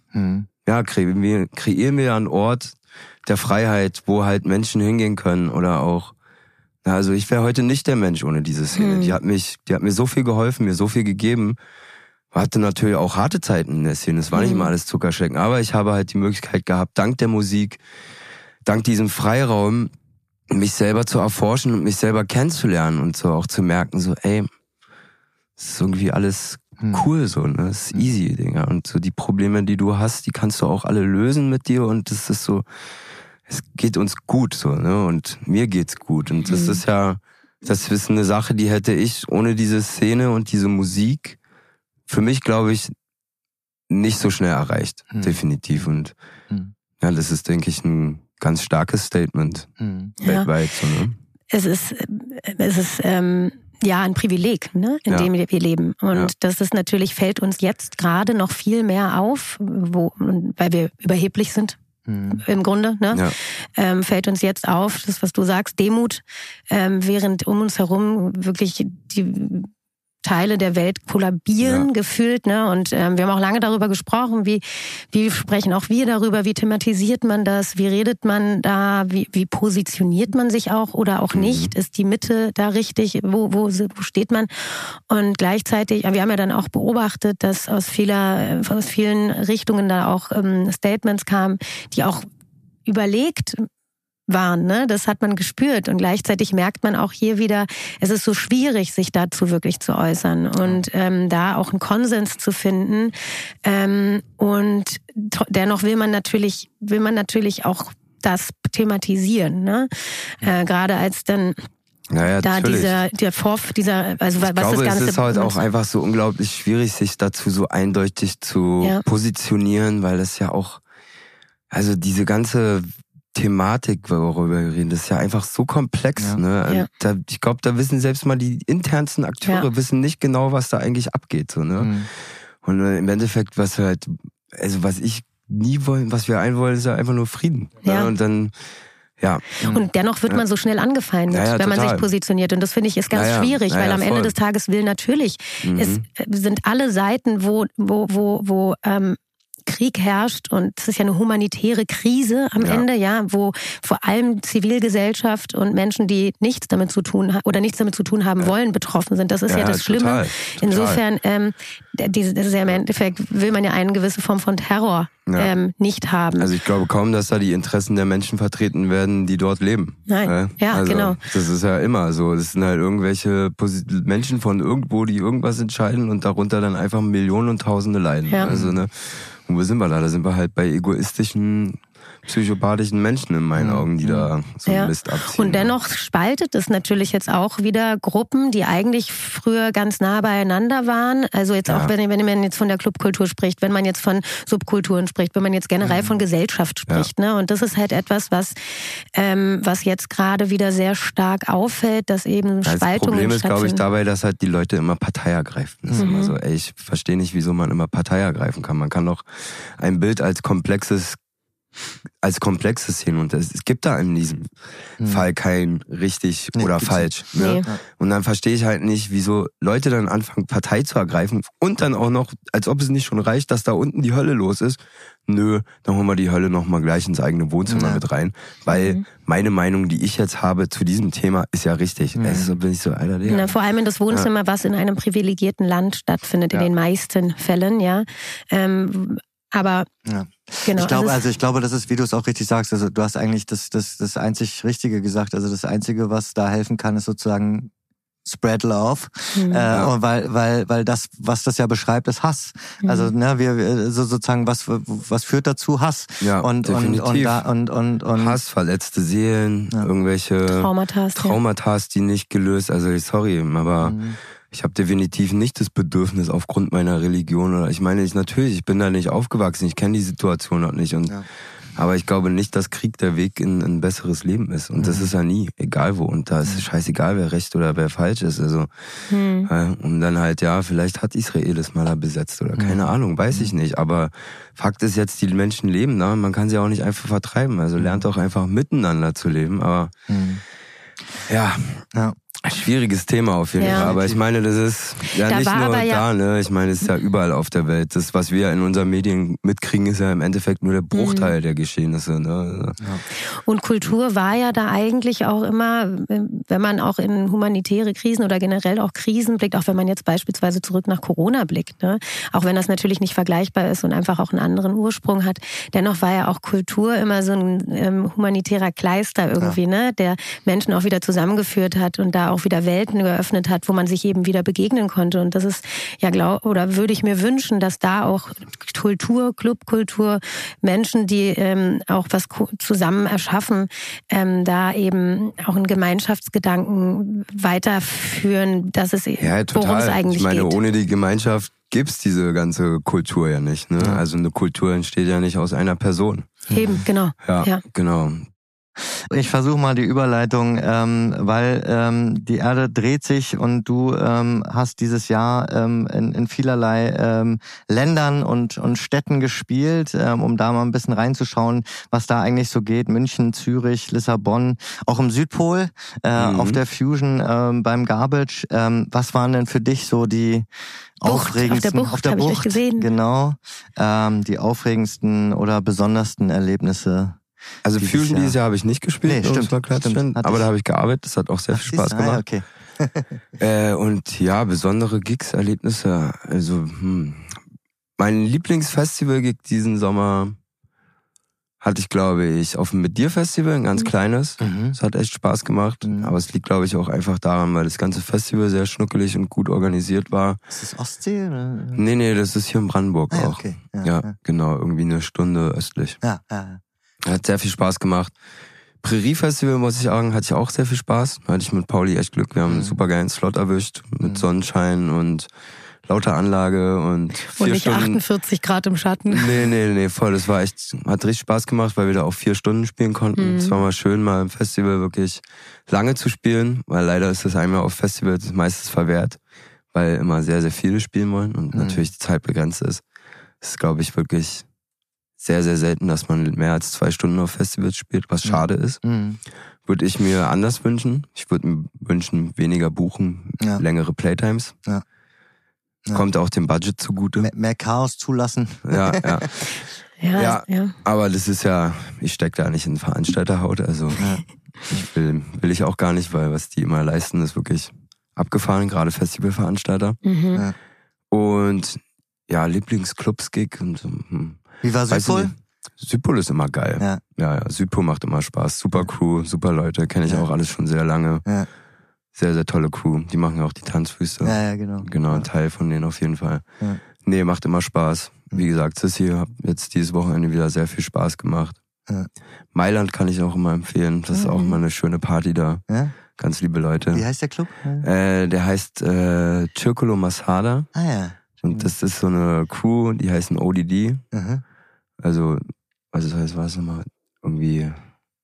ja, kreieren wir einen Ort der Freiheit, wo halt Menschen hingehen können oder auch, also ich wäre heute nicht der Mensch ohne diese Szene. Die hat mir so viel geholfen, mir so viel gegeben. Hatte natürlich auch harte Zeiten in der Szene. Es war nicht immer alles Zuckerschlecken. Aber ich habe halt die Möglichkeit gehabt, dank der Musik, dank diesem Freiraum, mich selber zu erforschen und mich selber kennenzulernen und so auch zu merken, so, ey, es ist irgendwie alles cool, so, ne, es ist easy, Digga. Und so die Probleme, die du hast, die kannst du auch alle lösen mit dir und das ist so, es geht uns gut, so, ne, und mir geht's gut. Und das ist eine Sache, die hätte ich ohne diese Szene und diese Musik für mich, glaube ich, nicht so schnell erreicht. Definitiv. Und ja, das ist, denke ich, ein ganz starkes Statement weltweit. So, ne? Es ist ja ein Privileg, ne, in dem wir leben. Und das ist natürlich, fällt uns jetzt gerade noch viel mehr auf, weil wir überheblich sind. Im Grunde, ne? Fällt uns jetzt auf, das, was du sagst, Demut, während um uns herum wirklich die Teile der Welt kollabieren, gefühlt, ne? Und wir haben auch lange darüber gesprochen, wie sprechen auch wir darüber, wie thematisiert man das, wie redet man da, wie positioniert man sich auch oder auch nicht, ist die Mitte da richtig, wo steht man? Und gleichzeitig, wir haben ja dann auch beobachtet, dass aus vielen Richtungen da auch Statements kamen, die auch überlegt waren, ne? Das hat man gespürt und gleichzeitig merkt man auch hier wieder, es ist so schwierig, sich dazu wirklich zu äußern und da auch einen Konsens zu finden und dennoch will man natürlich auch das thematisieren, ne? Gerade als dann da natürlich. also was das Ganze... Es ist halt auch einfach so unglaublich schwierig, sich dazu so eindeutig zu positionieren, weil das ja auch, also diese ganze Thematik, worüber wir reden, das ist ja einfach so komplex. Ne? Ich glaube, da wissen selbst mal die internsten Akteure wissen nicht genau, was da eigentlich abgeht. So, ne? Und im Endeffekt, was ich nie wollen, was wir einwollen, ist ja einfach nur Frieden. Ne? Und dann... Ja. Und dennoch wird man so schnell angefeindet, wenn man sich positioniert. Und das finde ich ist ganz schwierig, weil am Ende des Tages will natürlich, es sind alle Seiten, wo Krieg herrscht und es ist ja eine humanitäre Krise am Ende, wo vor allem Zivilgesellschaft und Menschen, die nichts damit zu tun haben wollen, betroffen sind. Das ist ja das Schlimme. Total. Insofern, das ist ja im Endeffekt, will man ja eine gewisse Form von Terror nicht haben. Also ich glaube kaum, dass da die Interessen der Menschen vertreten werden, die dort leben. Nein, genau. Das ist ja immer so. Das sind halt irgendwelche Menschen von irgendwo, die irgendwas entscheiden und darunter dann einfach Millionen und Tausende leiden. Ja. Also, ne? Und wo sind wir da? Da sind wir halt bei egoistischen, psychopathischen Menschen in meinen Augen, die da so einen Mist abziehen. Und dennoch spaltet es natürlich jetzt auch wieder Gruppen, die eigentlich früher ganz nah beieinander waren. Also jetzt auch, wenn man jetzt von der Clubkultur spricht, wenn man jetzt von Subkulturen spricht, wenn man jetzt generell von Gesellschaft spricht. Ne? Und das ist halt etwas, was jetzt gerade wieder sehr stark auffällt, dass eben Spaltungen stattfinden. Das Problem ist, glaube ich, dabei, dass halt die Leute immer Partei ergreifen. Das ist immer so, ich verstehe nicht, wieso man immer Partei ergreifen kann. Man kann doch ein Bild als komplexes sehen und es gibt da in diesem Fall kein richtig oder falsch. Ne? Und dann verstehe ich halt nicht, wieso Leute dann anfangen, Partei zu ergreifen und dann auch noch, als ob es nicht schon reicht, dass da unten die Hölle los ist. Nö, dann holen wir die Hölle nochmal gleich ins eigene Wohnzimmer mit rein, weil meine Meinung, die ich jetzt habe zu diesem Thema, ist ja richtig. Also bin ich so, Alter, Digga. Vor allem in das Wohnzimmer, was in einem privilegierten Land stattfindet, in den meisten Fällen, aber genau. Ich glaube, das ist, wie du es auch richtig sagst, also du hast eigentlich das einzig Richtige gesagt. Also das Einzige, was da helfen kann, ist sozusagen Spread Love, weil das, was das ja beschreibt, ist Hass. Also sozusagen was führt dazu? Hass. Ja, und Hass, verletzte Seelen, irgendwelche Traumata, die nicht gelöst. Also sorry, aber ich habe definitiv nicht das Bedürfnis aufgrund meiner Religion oder ich bin da nicht aufgewachsen, ich kenne die Situation noch nicht aber ich glaube nicht, dass Krieg der Weg in ein besseres Leben ist und das ist ja nie, egal wo und da ist es scheißegal, wer recht oder wer falsch ist, also und dann halt vielleicht hat Israel das mal da besetzt oder keine Ahnung, weiß ich nicht, aber Fakt ist jetzt, die Menschen leben da, man kann sie auch nicht einfach vertreiben, also lernt auch einfach miteinander zu leben, aber schwieriges Thema auf jeden Fall, aber ich meine, das ist nicht nur da, ne? Ich meine, es ist ja überall auf der Welt. Das, was wir in unseren Medien mitkriegen, ist ja im Endeffekt nur der Bruchteil der Geschehnisse. Ne? Ja. Und Kultur war ja da eigentlich auch immer, wenn man auch in humanitäre Krisen oder generell auch Krisen blickt, auch wenn man jetzt beispielsweise zurück nach Corona blickt, ne? Auch wenn das natürlich nicht vergleichbar ist und einfach auch einen anderen Ursprung hat, dennoch war ja auch Kultur immer so ein humanitärer Kleister irgendwie, ne? Der Menschen auch wieder zusammengeführt hat und da auch wieder Welten geöffnet hat, wo man sich eben wieder begegnen konnte. Und das ist würde ich mir wünschen, dass da auch Kultur, Clubkultur, Menschen, die auch was zusammen erschaffen, da eben auch einen Gemeinschaftsgedanken weiterführen, dass es worum es eigentlich geht. Ohne die Gemeinschaft gibt's diese ganze Kultur ja nicht. Ne? Ja. Also eine Kultur entsteht ja nicht aus einer Person. Eben, genau. Ja. Genau. Ich versuche mal die Überleitung, weil die Erde dreht sich und du hast dieses Jahr in vielerlei Ländern und Städten gespielt, um da mal ein bisschen reinzuschauen, was da eigentlich so geht. München, Zürich, Lissabon, auch im Südpol, auf der Fusion beim Garbage. Was waren denn für dich so die aufregendsten, auf der Bucht, habe ich euch gesehen. Genau, die aufregendsten oder besondersten Erlebnisse? Also Fusion dieses Jahr habe ich nicht gespielt, stimmt, aber da habe ich gearbeitet, das hat auch sehr viel Spaß gemacht. Okay. Und ja, besondere Gigs, Erlebnisse, also mein Lieblingsfestival-Gig diesen Sommer hatte ich, glaube ich, auf dem Mit dir Festival, ein ganz kleines. Es hat echt Spaß gemacht, aber es liegt, glaube ich, auch einfach daran, weil das ganze Festival sehr schnuckelig und gut organisiert war. Ist das Ostsee? Oder? Nee, das ist hier in Brandenburg auch. Okay. Ja, genau, irgendwie eine Stunde östlich. Ja. Hat sehr viel Spaß gemacht. Prärie Festival, muss ich sagen, hatte ich auch sehr viel Spaß. Da hatte ich mit Pauli echt Glück. Wir haben einen super geilen Slot erwischt mit Sonnenschein und lauter Anlage und 4 nicht Stunden. 48 Grad im Schatten. Nee, voll. Das war echt, hat richtig Spaß gemacht, weil wir da auch 4 Stunden spielen konnten. Es war mal schön, mal im Festival wirklich lange zu spielen, weil leider ist das einem ja auf Festivals meistens verwehrt, weil immer sehr, sehr viele spielen wollen und natürlich die Zeit begrenzt ist. Das ist, glaube ich, wirklich sehr, sehr selten, dass man mehr als 2 Stunden auf Festivals spielt, was schade ist. Würde ich mir anders wünschen. Ich würde mir wünschen, weniger buchen, längere Playtimes. Ja. Kommt auch dem Budget zugute. Mehr Chaos zulassen. Ja. Ja. Aber das ist ja, ich stecke da nicht in Veranstalterhaut, also will ich auch gar nicht, weil was die immer leisten, ist wirklich abgefahren, gerade Festivalveranstalter. Und ja, Lieblingsclubs-Gig und so. Wie war Südpol? Südpol ist immer geil. Ja, Südpol macht immer Spaß. Super Crew, super Leute, kenne ich auch alles schon sehr lange. Ja. Sehr, sehr tolle Crew. Die machen auch die Tanzfüße. Ja, genau. Genau, ein Teil von denen auf jeden Fall. Ja. Nee, macht immer Spaß. Wie gesagt, Sissi hat jetzt dieses Wochenende wieder sehr viel Spaß gemacht. Ja. Mailand kann ich auch immer empfehlen. Das ist auch mal eine schöne Party da. Ja? Ganz liebe Leute. Wie heißt der Club? Der heißt Circolo Masada. Ah ja. Und das ist so eine Crew, die heißen ODD. Also das heißt, was nochmal? Irgendwie...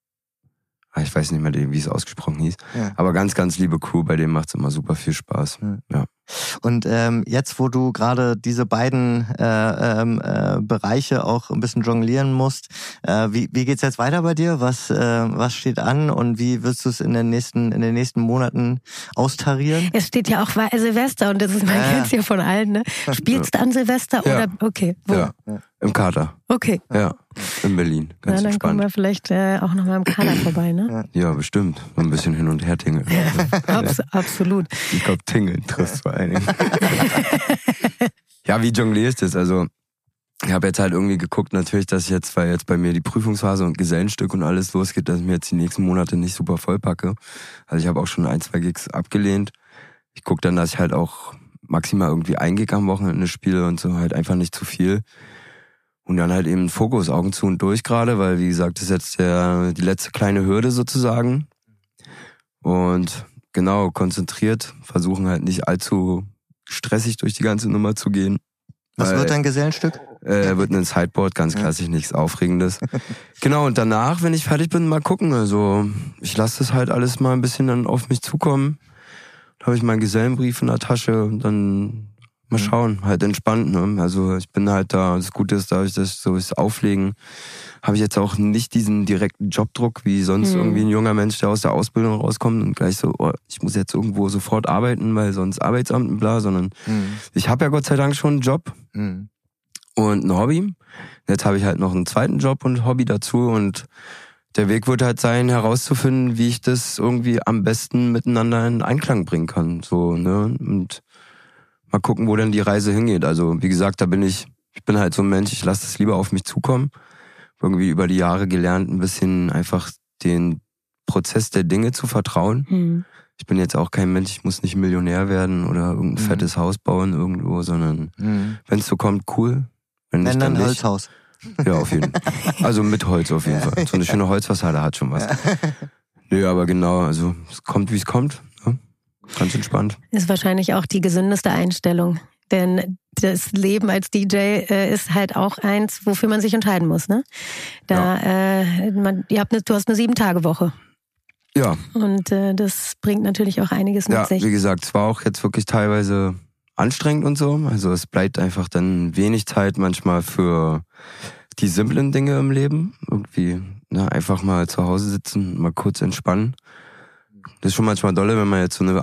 Ich weiß nicht mehr, wie es ausgesprochen hieß. Ja. Aber ganz, ganz liebe Crew, bei denen macht es immer super viel Spaß. Ja. Und jetzt, wo du gerade diese beiden Bereiche auch ein bisschen jonglieren musst, wie geht's jetzt weiter bei dir? Was steht an und wie wirst du es in den nächsten Monaten austarieren? Es steht ja auch Silvester und das ist, man kennt's ja von allen, ne? Spielst du an Silvester oder okay? Wo? Ja. Im Kater. Okay. Ja, in Berlin. Ganz dann entspannt. Kommen wir vielleicht auch nochmal im Kader vorbei, ne? Ja, bestimmt. So ein bisschen hin und her tingeln. Absolut. Ich glaube, tingeln trifft vor allen Dingen. Ja, wie jonglierst du das? Also, ich habe jetzt halt irgendwie geguckt, natürlich, dass ich weil jetzt bei mir die Prüfungsphase und Gesellenstück und alles losgeht, dass ich mir jetzt die nächsten Monate nicht super vollpacke. Also ich habe auch schon 1, 2 Gigs abgelehnt. Ich gucke dann, dass ich halt auch maximal irgendwie 1 Gig am Wochenende spiele und so, halt einfach nicht zu viel. Und dann halt eben Fokus, Augen zu und durch gerade, weil wie gesagt, das ist jetzt die letzte kleine Hürde sozusagen. Und genau, konzentriert, versuchen halt nicht allzu stressig durch die ganze Nummer zu gehen. Was wird dein Gesellenstück? Wird ein Sideboard, ganz klassisch, nichts Aufregendes. Genau, und danach, wenn ich fertig bin, mal gucken. Also ich lasse das halt alles mal ein bisschen dann auf mich zukommen. Da habe ich meinen Gesellenbrief in der Tasche und dann mal schauen, halt entspannt, ne? Also ich bin halt da, das Gute ist, dadurch, dass ich so das Auflegen, habe ich jetzt auch nicht diesen direkten Jobdruck, wie sonst irgendwie ein junger Mensch, der aus der Ausbildung rauskommt und gleich so, ich muss jetzt irgendwo sofort arbeiten, weil sonst Arbeitsamt und bla, sondern ich habe ja Gott sei Dank schon einen Job und ein Hobby. Jetzt habe ich halt noch einen zweiten Job und ein Hobby dazu und der Weg wird halt sein, herauszufinden, wie ich das irgendwie am besten miteinander in Einklang bringen kann, so, ne? Und mal gucken, wo denn die Reise hingeht. Also, wie gesagt, ich bin halt so ein Mensch, ich lasse das lieber auf mich zukommen. Irgendwie über die Jahre gelernt, ein bisschen einfach den Prozess der Dinge zu vertrauen. Ich bin jetzt auch kein Mensch, ich muss nicht Millionär werden oder irgendein fettes Haus bauen irgendwo, sondern wenn es so kommt, cool. Wenn nicht, dann ein nicht. Holzhaus. Ja, auf jeden Fall. Also mit Holz auf jeden Fall. So eine schöne Holzfassade hat schon was. Nö, aber genau, also es kommt, wie es kommt. Ganz entspannt. Ist wahrscheinlich auch die gesündeste Einstellung. Denn das Leben als DJ ist halt auch eins, wofür man sich entscheiden muss, ne? Du hast eine 7-Tage-Woche. Ja. Und das bringt natürlich auch einiges mit sich. Ja, wie gesagt, es war auch jetzt wirklich teilweise anstrengend und so. Also es bleibt einfach dann wenig Zeit manchmal für die simplen Dinge im Leben. Irgendwie einfach mal zu Hause sitzen, mal kurz entspannen. Das ist schon manchmal dolle, wenn man jetzt so eine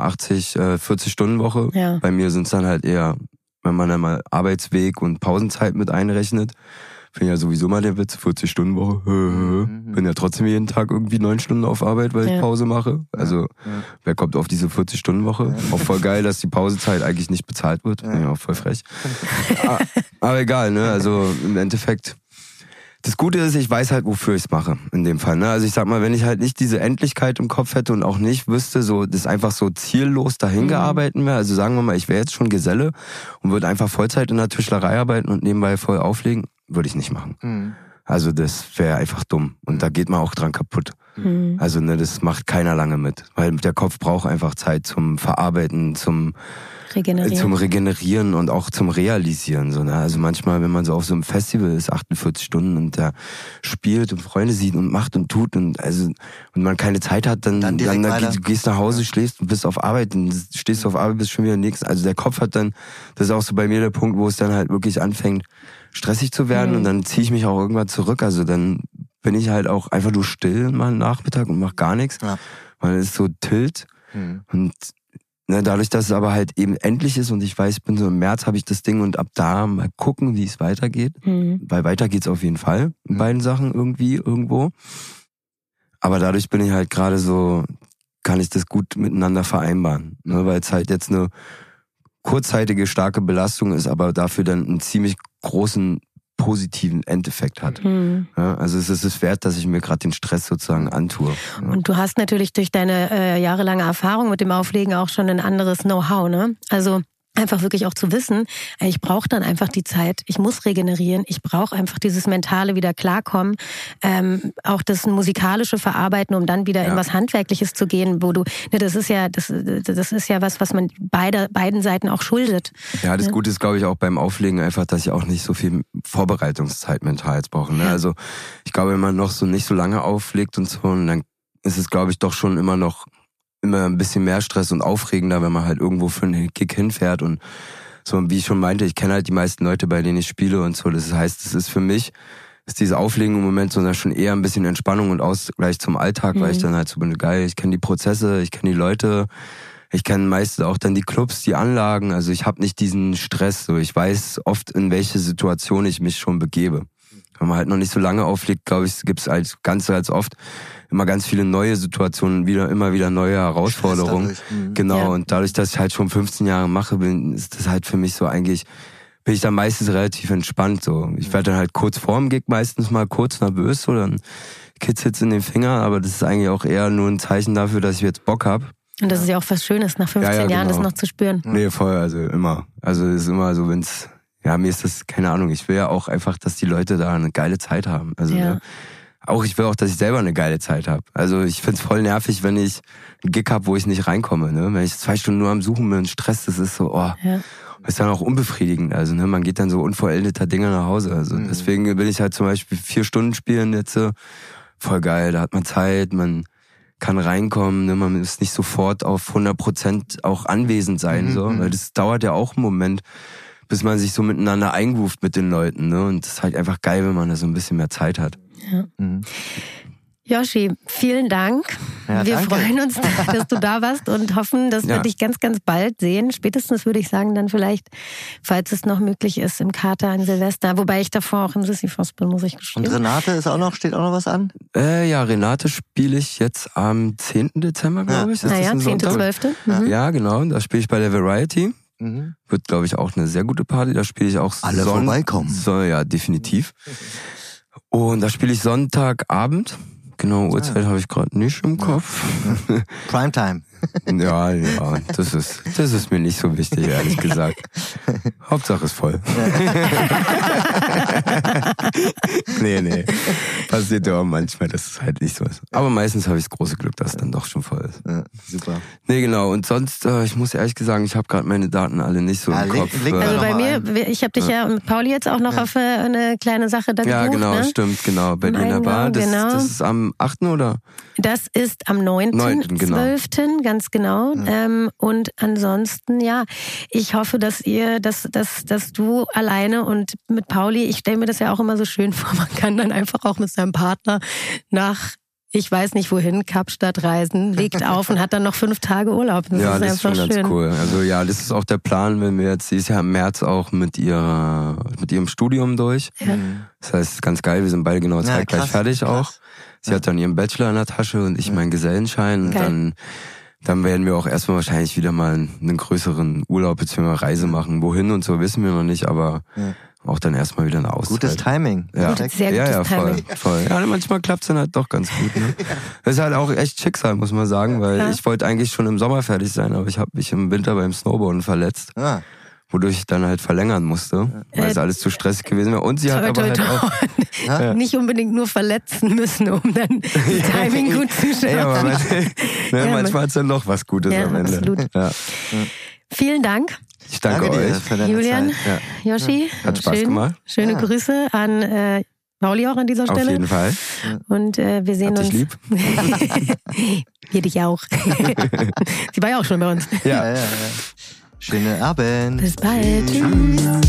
40-Stunden-Woche, bei mir sind es dann halt eher, wenn man dann mal Arbeitsweg und Pausenzeit mit einrechnet, finde ja sowieso mal der Witz, 40-Stunden-Woche, bin ja trotzdem jeden Tag irgendwie 9 Stunden auf Arbeit, weil ich Pause mache. Also wer kommt auf diese 40-Stunden-Woche? Auch voll geil, dass die Pausezeit eigentlich nicht bezahlt wird. Ja, auch voll frech. Aber egal, ne? Also im Endeffekt, das Gute ist, ich weiß halt, wofür ich es mache, in dem Fall. Ne? Also ich sag mal, wenn ich halt nicht diese Endlichkeit im Kopf hätte und auch nicht wüsste, so das einfach so ziellos dahin gearbeitet wäre, also sagen wir mal, ich wäre jetzt schon Geselle und würde einfach Vollzeit in der Tischlerei arbeiten und nebenbei voll auflegen, würde ich nicht machen. Also das wäre einfach dumm. Und da geht man auch dran kaputt. Mhm. Also das macht keiner lange mit. Weil der Kopf braucht einfach Zeit zum Verarbeiten, zum Regenerieren und auch zum Realisieren. So, ne? Also manchmal, wenn man so auf so einem Festival ist, 48 Stunden und da spielt und Freunde sieht und macht und tut und man keine Zeit hat, dann gehst nach Hause, schläfst und bist auf Arbeit und stehst auf Arbeit, bist schon wieder nichts. Also der Kopf hat dann, das ist auch so bei mir der Punkt, wo es dann halt wirklich anfängt, stressig zu werden und dann ziehe ich mich auch irgendwann zurück. Also dann bin ich halt auch einfach nur still mal einen Nachmittag und mach gar nichts. Ja. Weil es ist so tilt. Und dadurch, dass es aber halt eben endlich ist und ich weiß, bin so im März habe ich das Ding und ab da mal gucken, wie es weitergeht. Weil weiter geht's auf jeden Fall in beiden Sachen irgendwie, irgendwo. Aber dadurch bin ich halt gerade so, kann ich das gut miteinander vereinbaren. Ne? Weil es halt jetzt eine kurzzeitige, starke Belastung ist, aber dafür dann einen ziemlich großen positiven Endeffekt hat. Ja, also es ist es wert, dass ich mir gerade den Stress sozusagen antue. Ja. Und du hast natürlich durch deine jahrelange Erfahrung mit dem Auflegen auch schon ein anderes Know-how, ne? Also einfach wirklich auch zu wissen, ich brauche dann einfach die Zeit, ich muss regenerieren, ich brauche einfach dieses mentale wieder klarkommen, auch das musikalische Verarbeiten, um dann wieder in was Handwerkliches zu gehen, wo du, das ist ja was man beiden Seiten auch schuldet. Ja, das Gute ist, glaube ich, auch beim Auflegen einfach, dass ich auch nicht so viel Vorbereitungszeit mental jetzt brauche. Ne? Ja. Also ich glaube, wenn man noch so nicht so lange auflegt und so, und dann ist es, glaube ich, doch schon immer ein bisschen mehr Stress und aufregender, wenn man halt irgendwo für einen Kick hinfährt und so, wie ich schon meinte, ich kenne halt die meisten Leute, bei denen ich spiele und so. Das heißt, es ist für mich, ist diese Auflegung im Moment so schon eher ein bisschen Entspannung und Ausgleich zum Alltag, weil ich dann halt so bin, geil, ich kenne die Prozesse, ich kenne die Leute, ich kenne meistens auch dann die Clubs, die Anlagen, also ich habe nicht diesen Stress, so ich weiß oft, in welche Situation ich mich schon begebe. Wenn man halt noch nicht so lange auflegt, glaube ich, gibt es als oft immer ganz viele neue Situationen, immer wieder neue Herausforderungen. Genau, ja. Und dadurch, dass ich halt schon 15 Jahre mache, ist das halt für mich so eigentlich, bin ich dann meistens relativ entspannt. So. Ich werde dann halt kurz vorm Gig meistens mal kurz nervös, so dann kitzelt's in den Finger, aber das ist eigentlich auch eher nur ein Zeichen dafür, dass ich jetzt Bock habe. Und das ist ja auch was Schönes, nach 15 Jahren das noch zu spüren. Nee, voll, also immer. Also es ist immer so, wenn's, ja, mir ist das, keine Ahnung, ich will ja auch einfach, dass die Leute da eine geile Zeit haben. Also ne, ich will auch, dass ich selber eine geile Zeit habe. Also ich find's voll nervig, wenn ich einen Gig hab, wo ich nicht reinkomme. Ne? Wenn ich 2 Stunden nur am Suchen bin, Stress, das ist so, ist dann auch unbefriedigend. Also ne, man geht dann so unvollendeter Dinge nach Hause. Also deswegen will ich halt zum Beispiel 4 Stunden spielen jetzt. Voll geil, da hat man Zeit, man kann reinkommen, ne? Man ist nicht sofort auf 100% auch anwesend sein. So, weil das dauert ja auch einen Moment, bis man sich so miteinander eingroovt mit den Leuten. Ne? Und das ist halt einfach geil, wenn man da so ein bisschen mehr Zeit hat. Ja. Yoshi, vielen Dank. Ja, wir freuen uns, dass du da warst und hoffen, dass wir dich ganz, ganz bald sehen. Spätestens würde ich sagen, dann vielleicht, falls es noch möglich ist, im Kater an Silvester. Wobei ich davor auch im Sisyphos bin, muss ich gestehen. Und Renate steht auch noch was an? Ja, Renate spiele ich jetzt am 10. Dezember, glaube ich. Naja, 10.12. Ja, genau. Da spiele ich bei der Variety. Wird, glaube ich, auch eine sehr gute Party. Da spiele ich auch alle vorbeikommen. Ja, definitiv. Und da spiele ich Sonntagabend. Genau, Uhrzeit habe ich gerade nicht im Kopf. Primetime. Ja, das ist mir nicht so wichtig, ehrlich gesagt. Hauptsache ist voll. Nee. Passiert ja auch manchmal, dass es halt nicht so ist. Aber meistens habe ich das große Glück, dass es dann doch schon voll ist. Ja, super. Nee, genau. Und sonst, ich muss ehrlich sagen, ich habe gerade meine Daten alle nicht so im Kopf. Also bei mir, ich habe dich ja mit Pauli jetzt auch noch auf eine kleine Sache da gebucht. Ja, genau, ne? Stimmt, genau. Bei dir in der Bar. Das ist am 8. oder? Das ist am 9.12. Genau. Ganz genau. Und ansonsten, ich hoffe, dass du alleine und mit Pauli, ich stelle mir das ja auch immer so schön vor, man kann dann einfach auch mit seinem Partner nach, ich weiß nicht wohin, Kapstadt reisen, legt auf und hat dann noch 5 Tage Urlaub. Das ist einfach schon ganz cool. Also das ist auch der Plan, wenn wir jetzt dieses Jahr im März auch mit ihrem Studium durch. Ja. Das heißt, ganz geil, wir sind beide genau zeitgleich fertig auch. Sie hat dann ihren Bachelor in der Tasche und ich meinen Gesellenschein. Und dann werden wir auch erstmal wahrscheinlich wieder mal einen größeren Urlaub bzw. Reise machen. Wohin und so wissen wir noch nicht, aber auch dann erstmal wieder eine Auszeit. Gutes Timing. Ja, sehr gutes Timing. Voll. Ja, manchmal klappt's dann halt doch ganz gut. Ne? Das ist halt auch echt Schicksal, muss man sagen, weil ich wollte eigentlich schon im Sommer fertig sein, aber ich habe mich im Winter beim Snowboarden verletzt. wodurch ich dann halt verlängern musste, weil es alles zu stressig gewesen wäre. Und sie hat aber halt auch nicht unbedingt nur verletzen müssen, um dann das Timing gut zu schaffen. Ja, aber manchmal hat es dann noch was Gutes am Ende. Absolut. Ja. Vielen Dank. Ich danke euch. Für deine Julian, Zeit. Yoshi, hat Spaß gemacht. Schöne Grüße an Pauli auch an dieser Stelle. Auf jeden Fall. Und wir sehen uns. Dich lieb. Wir dich auch. Sie war ja auch schon bei uns. Ja. Schönen Abend. Bis bald. Tschüss.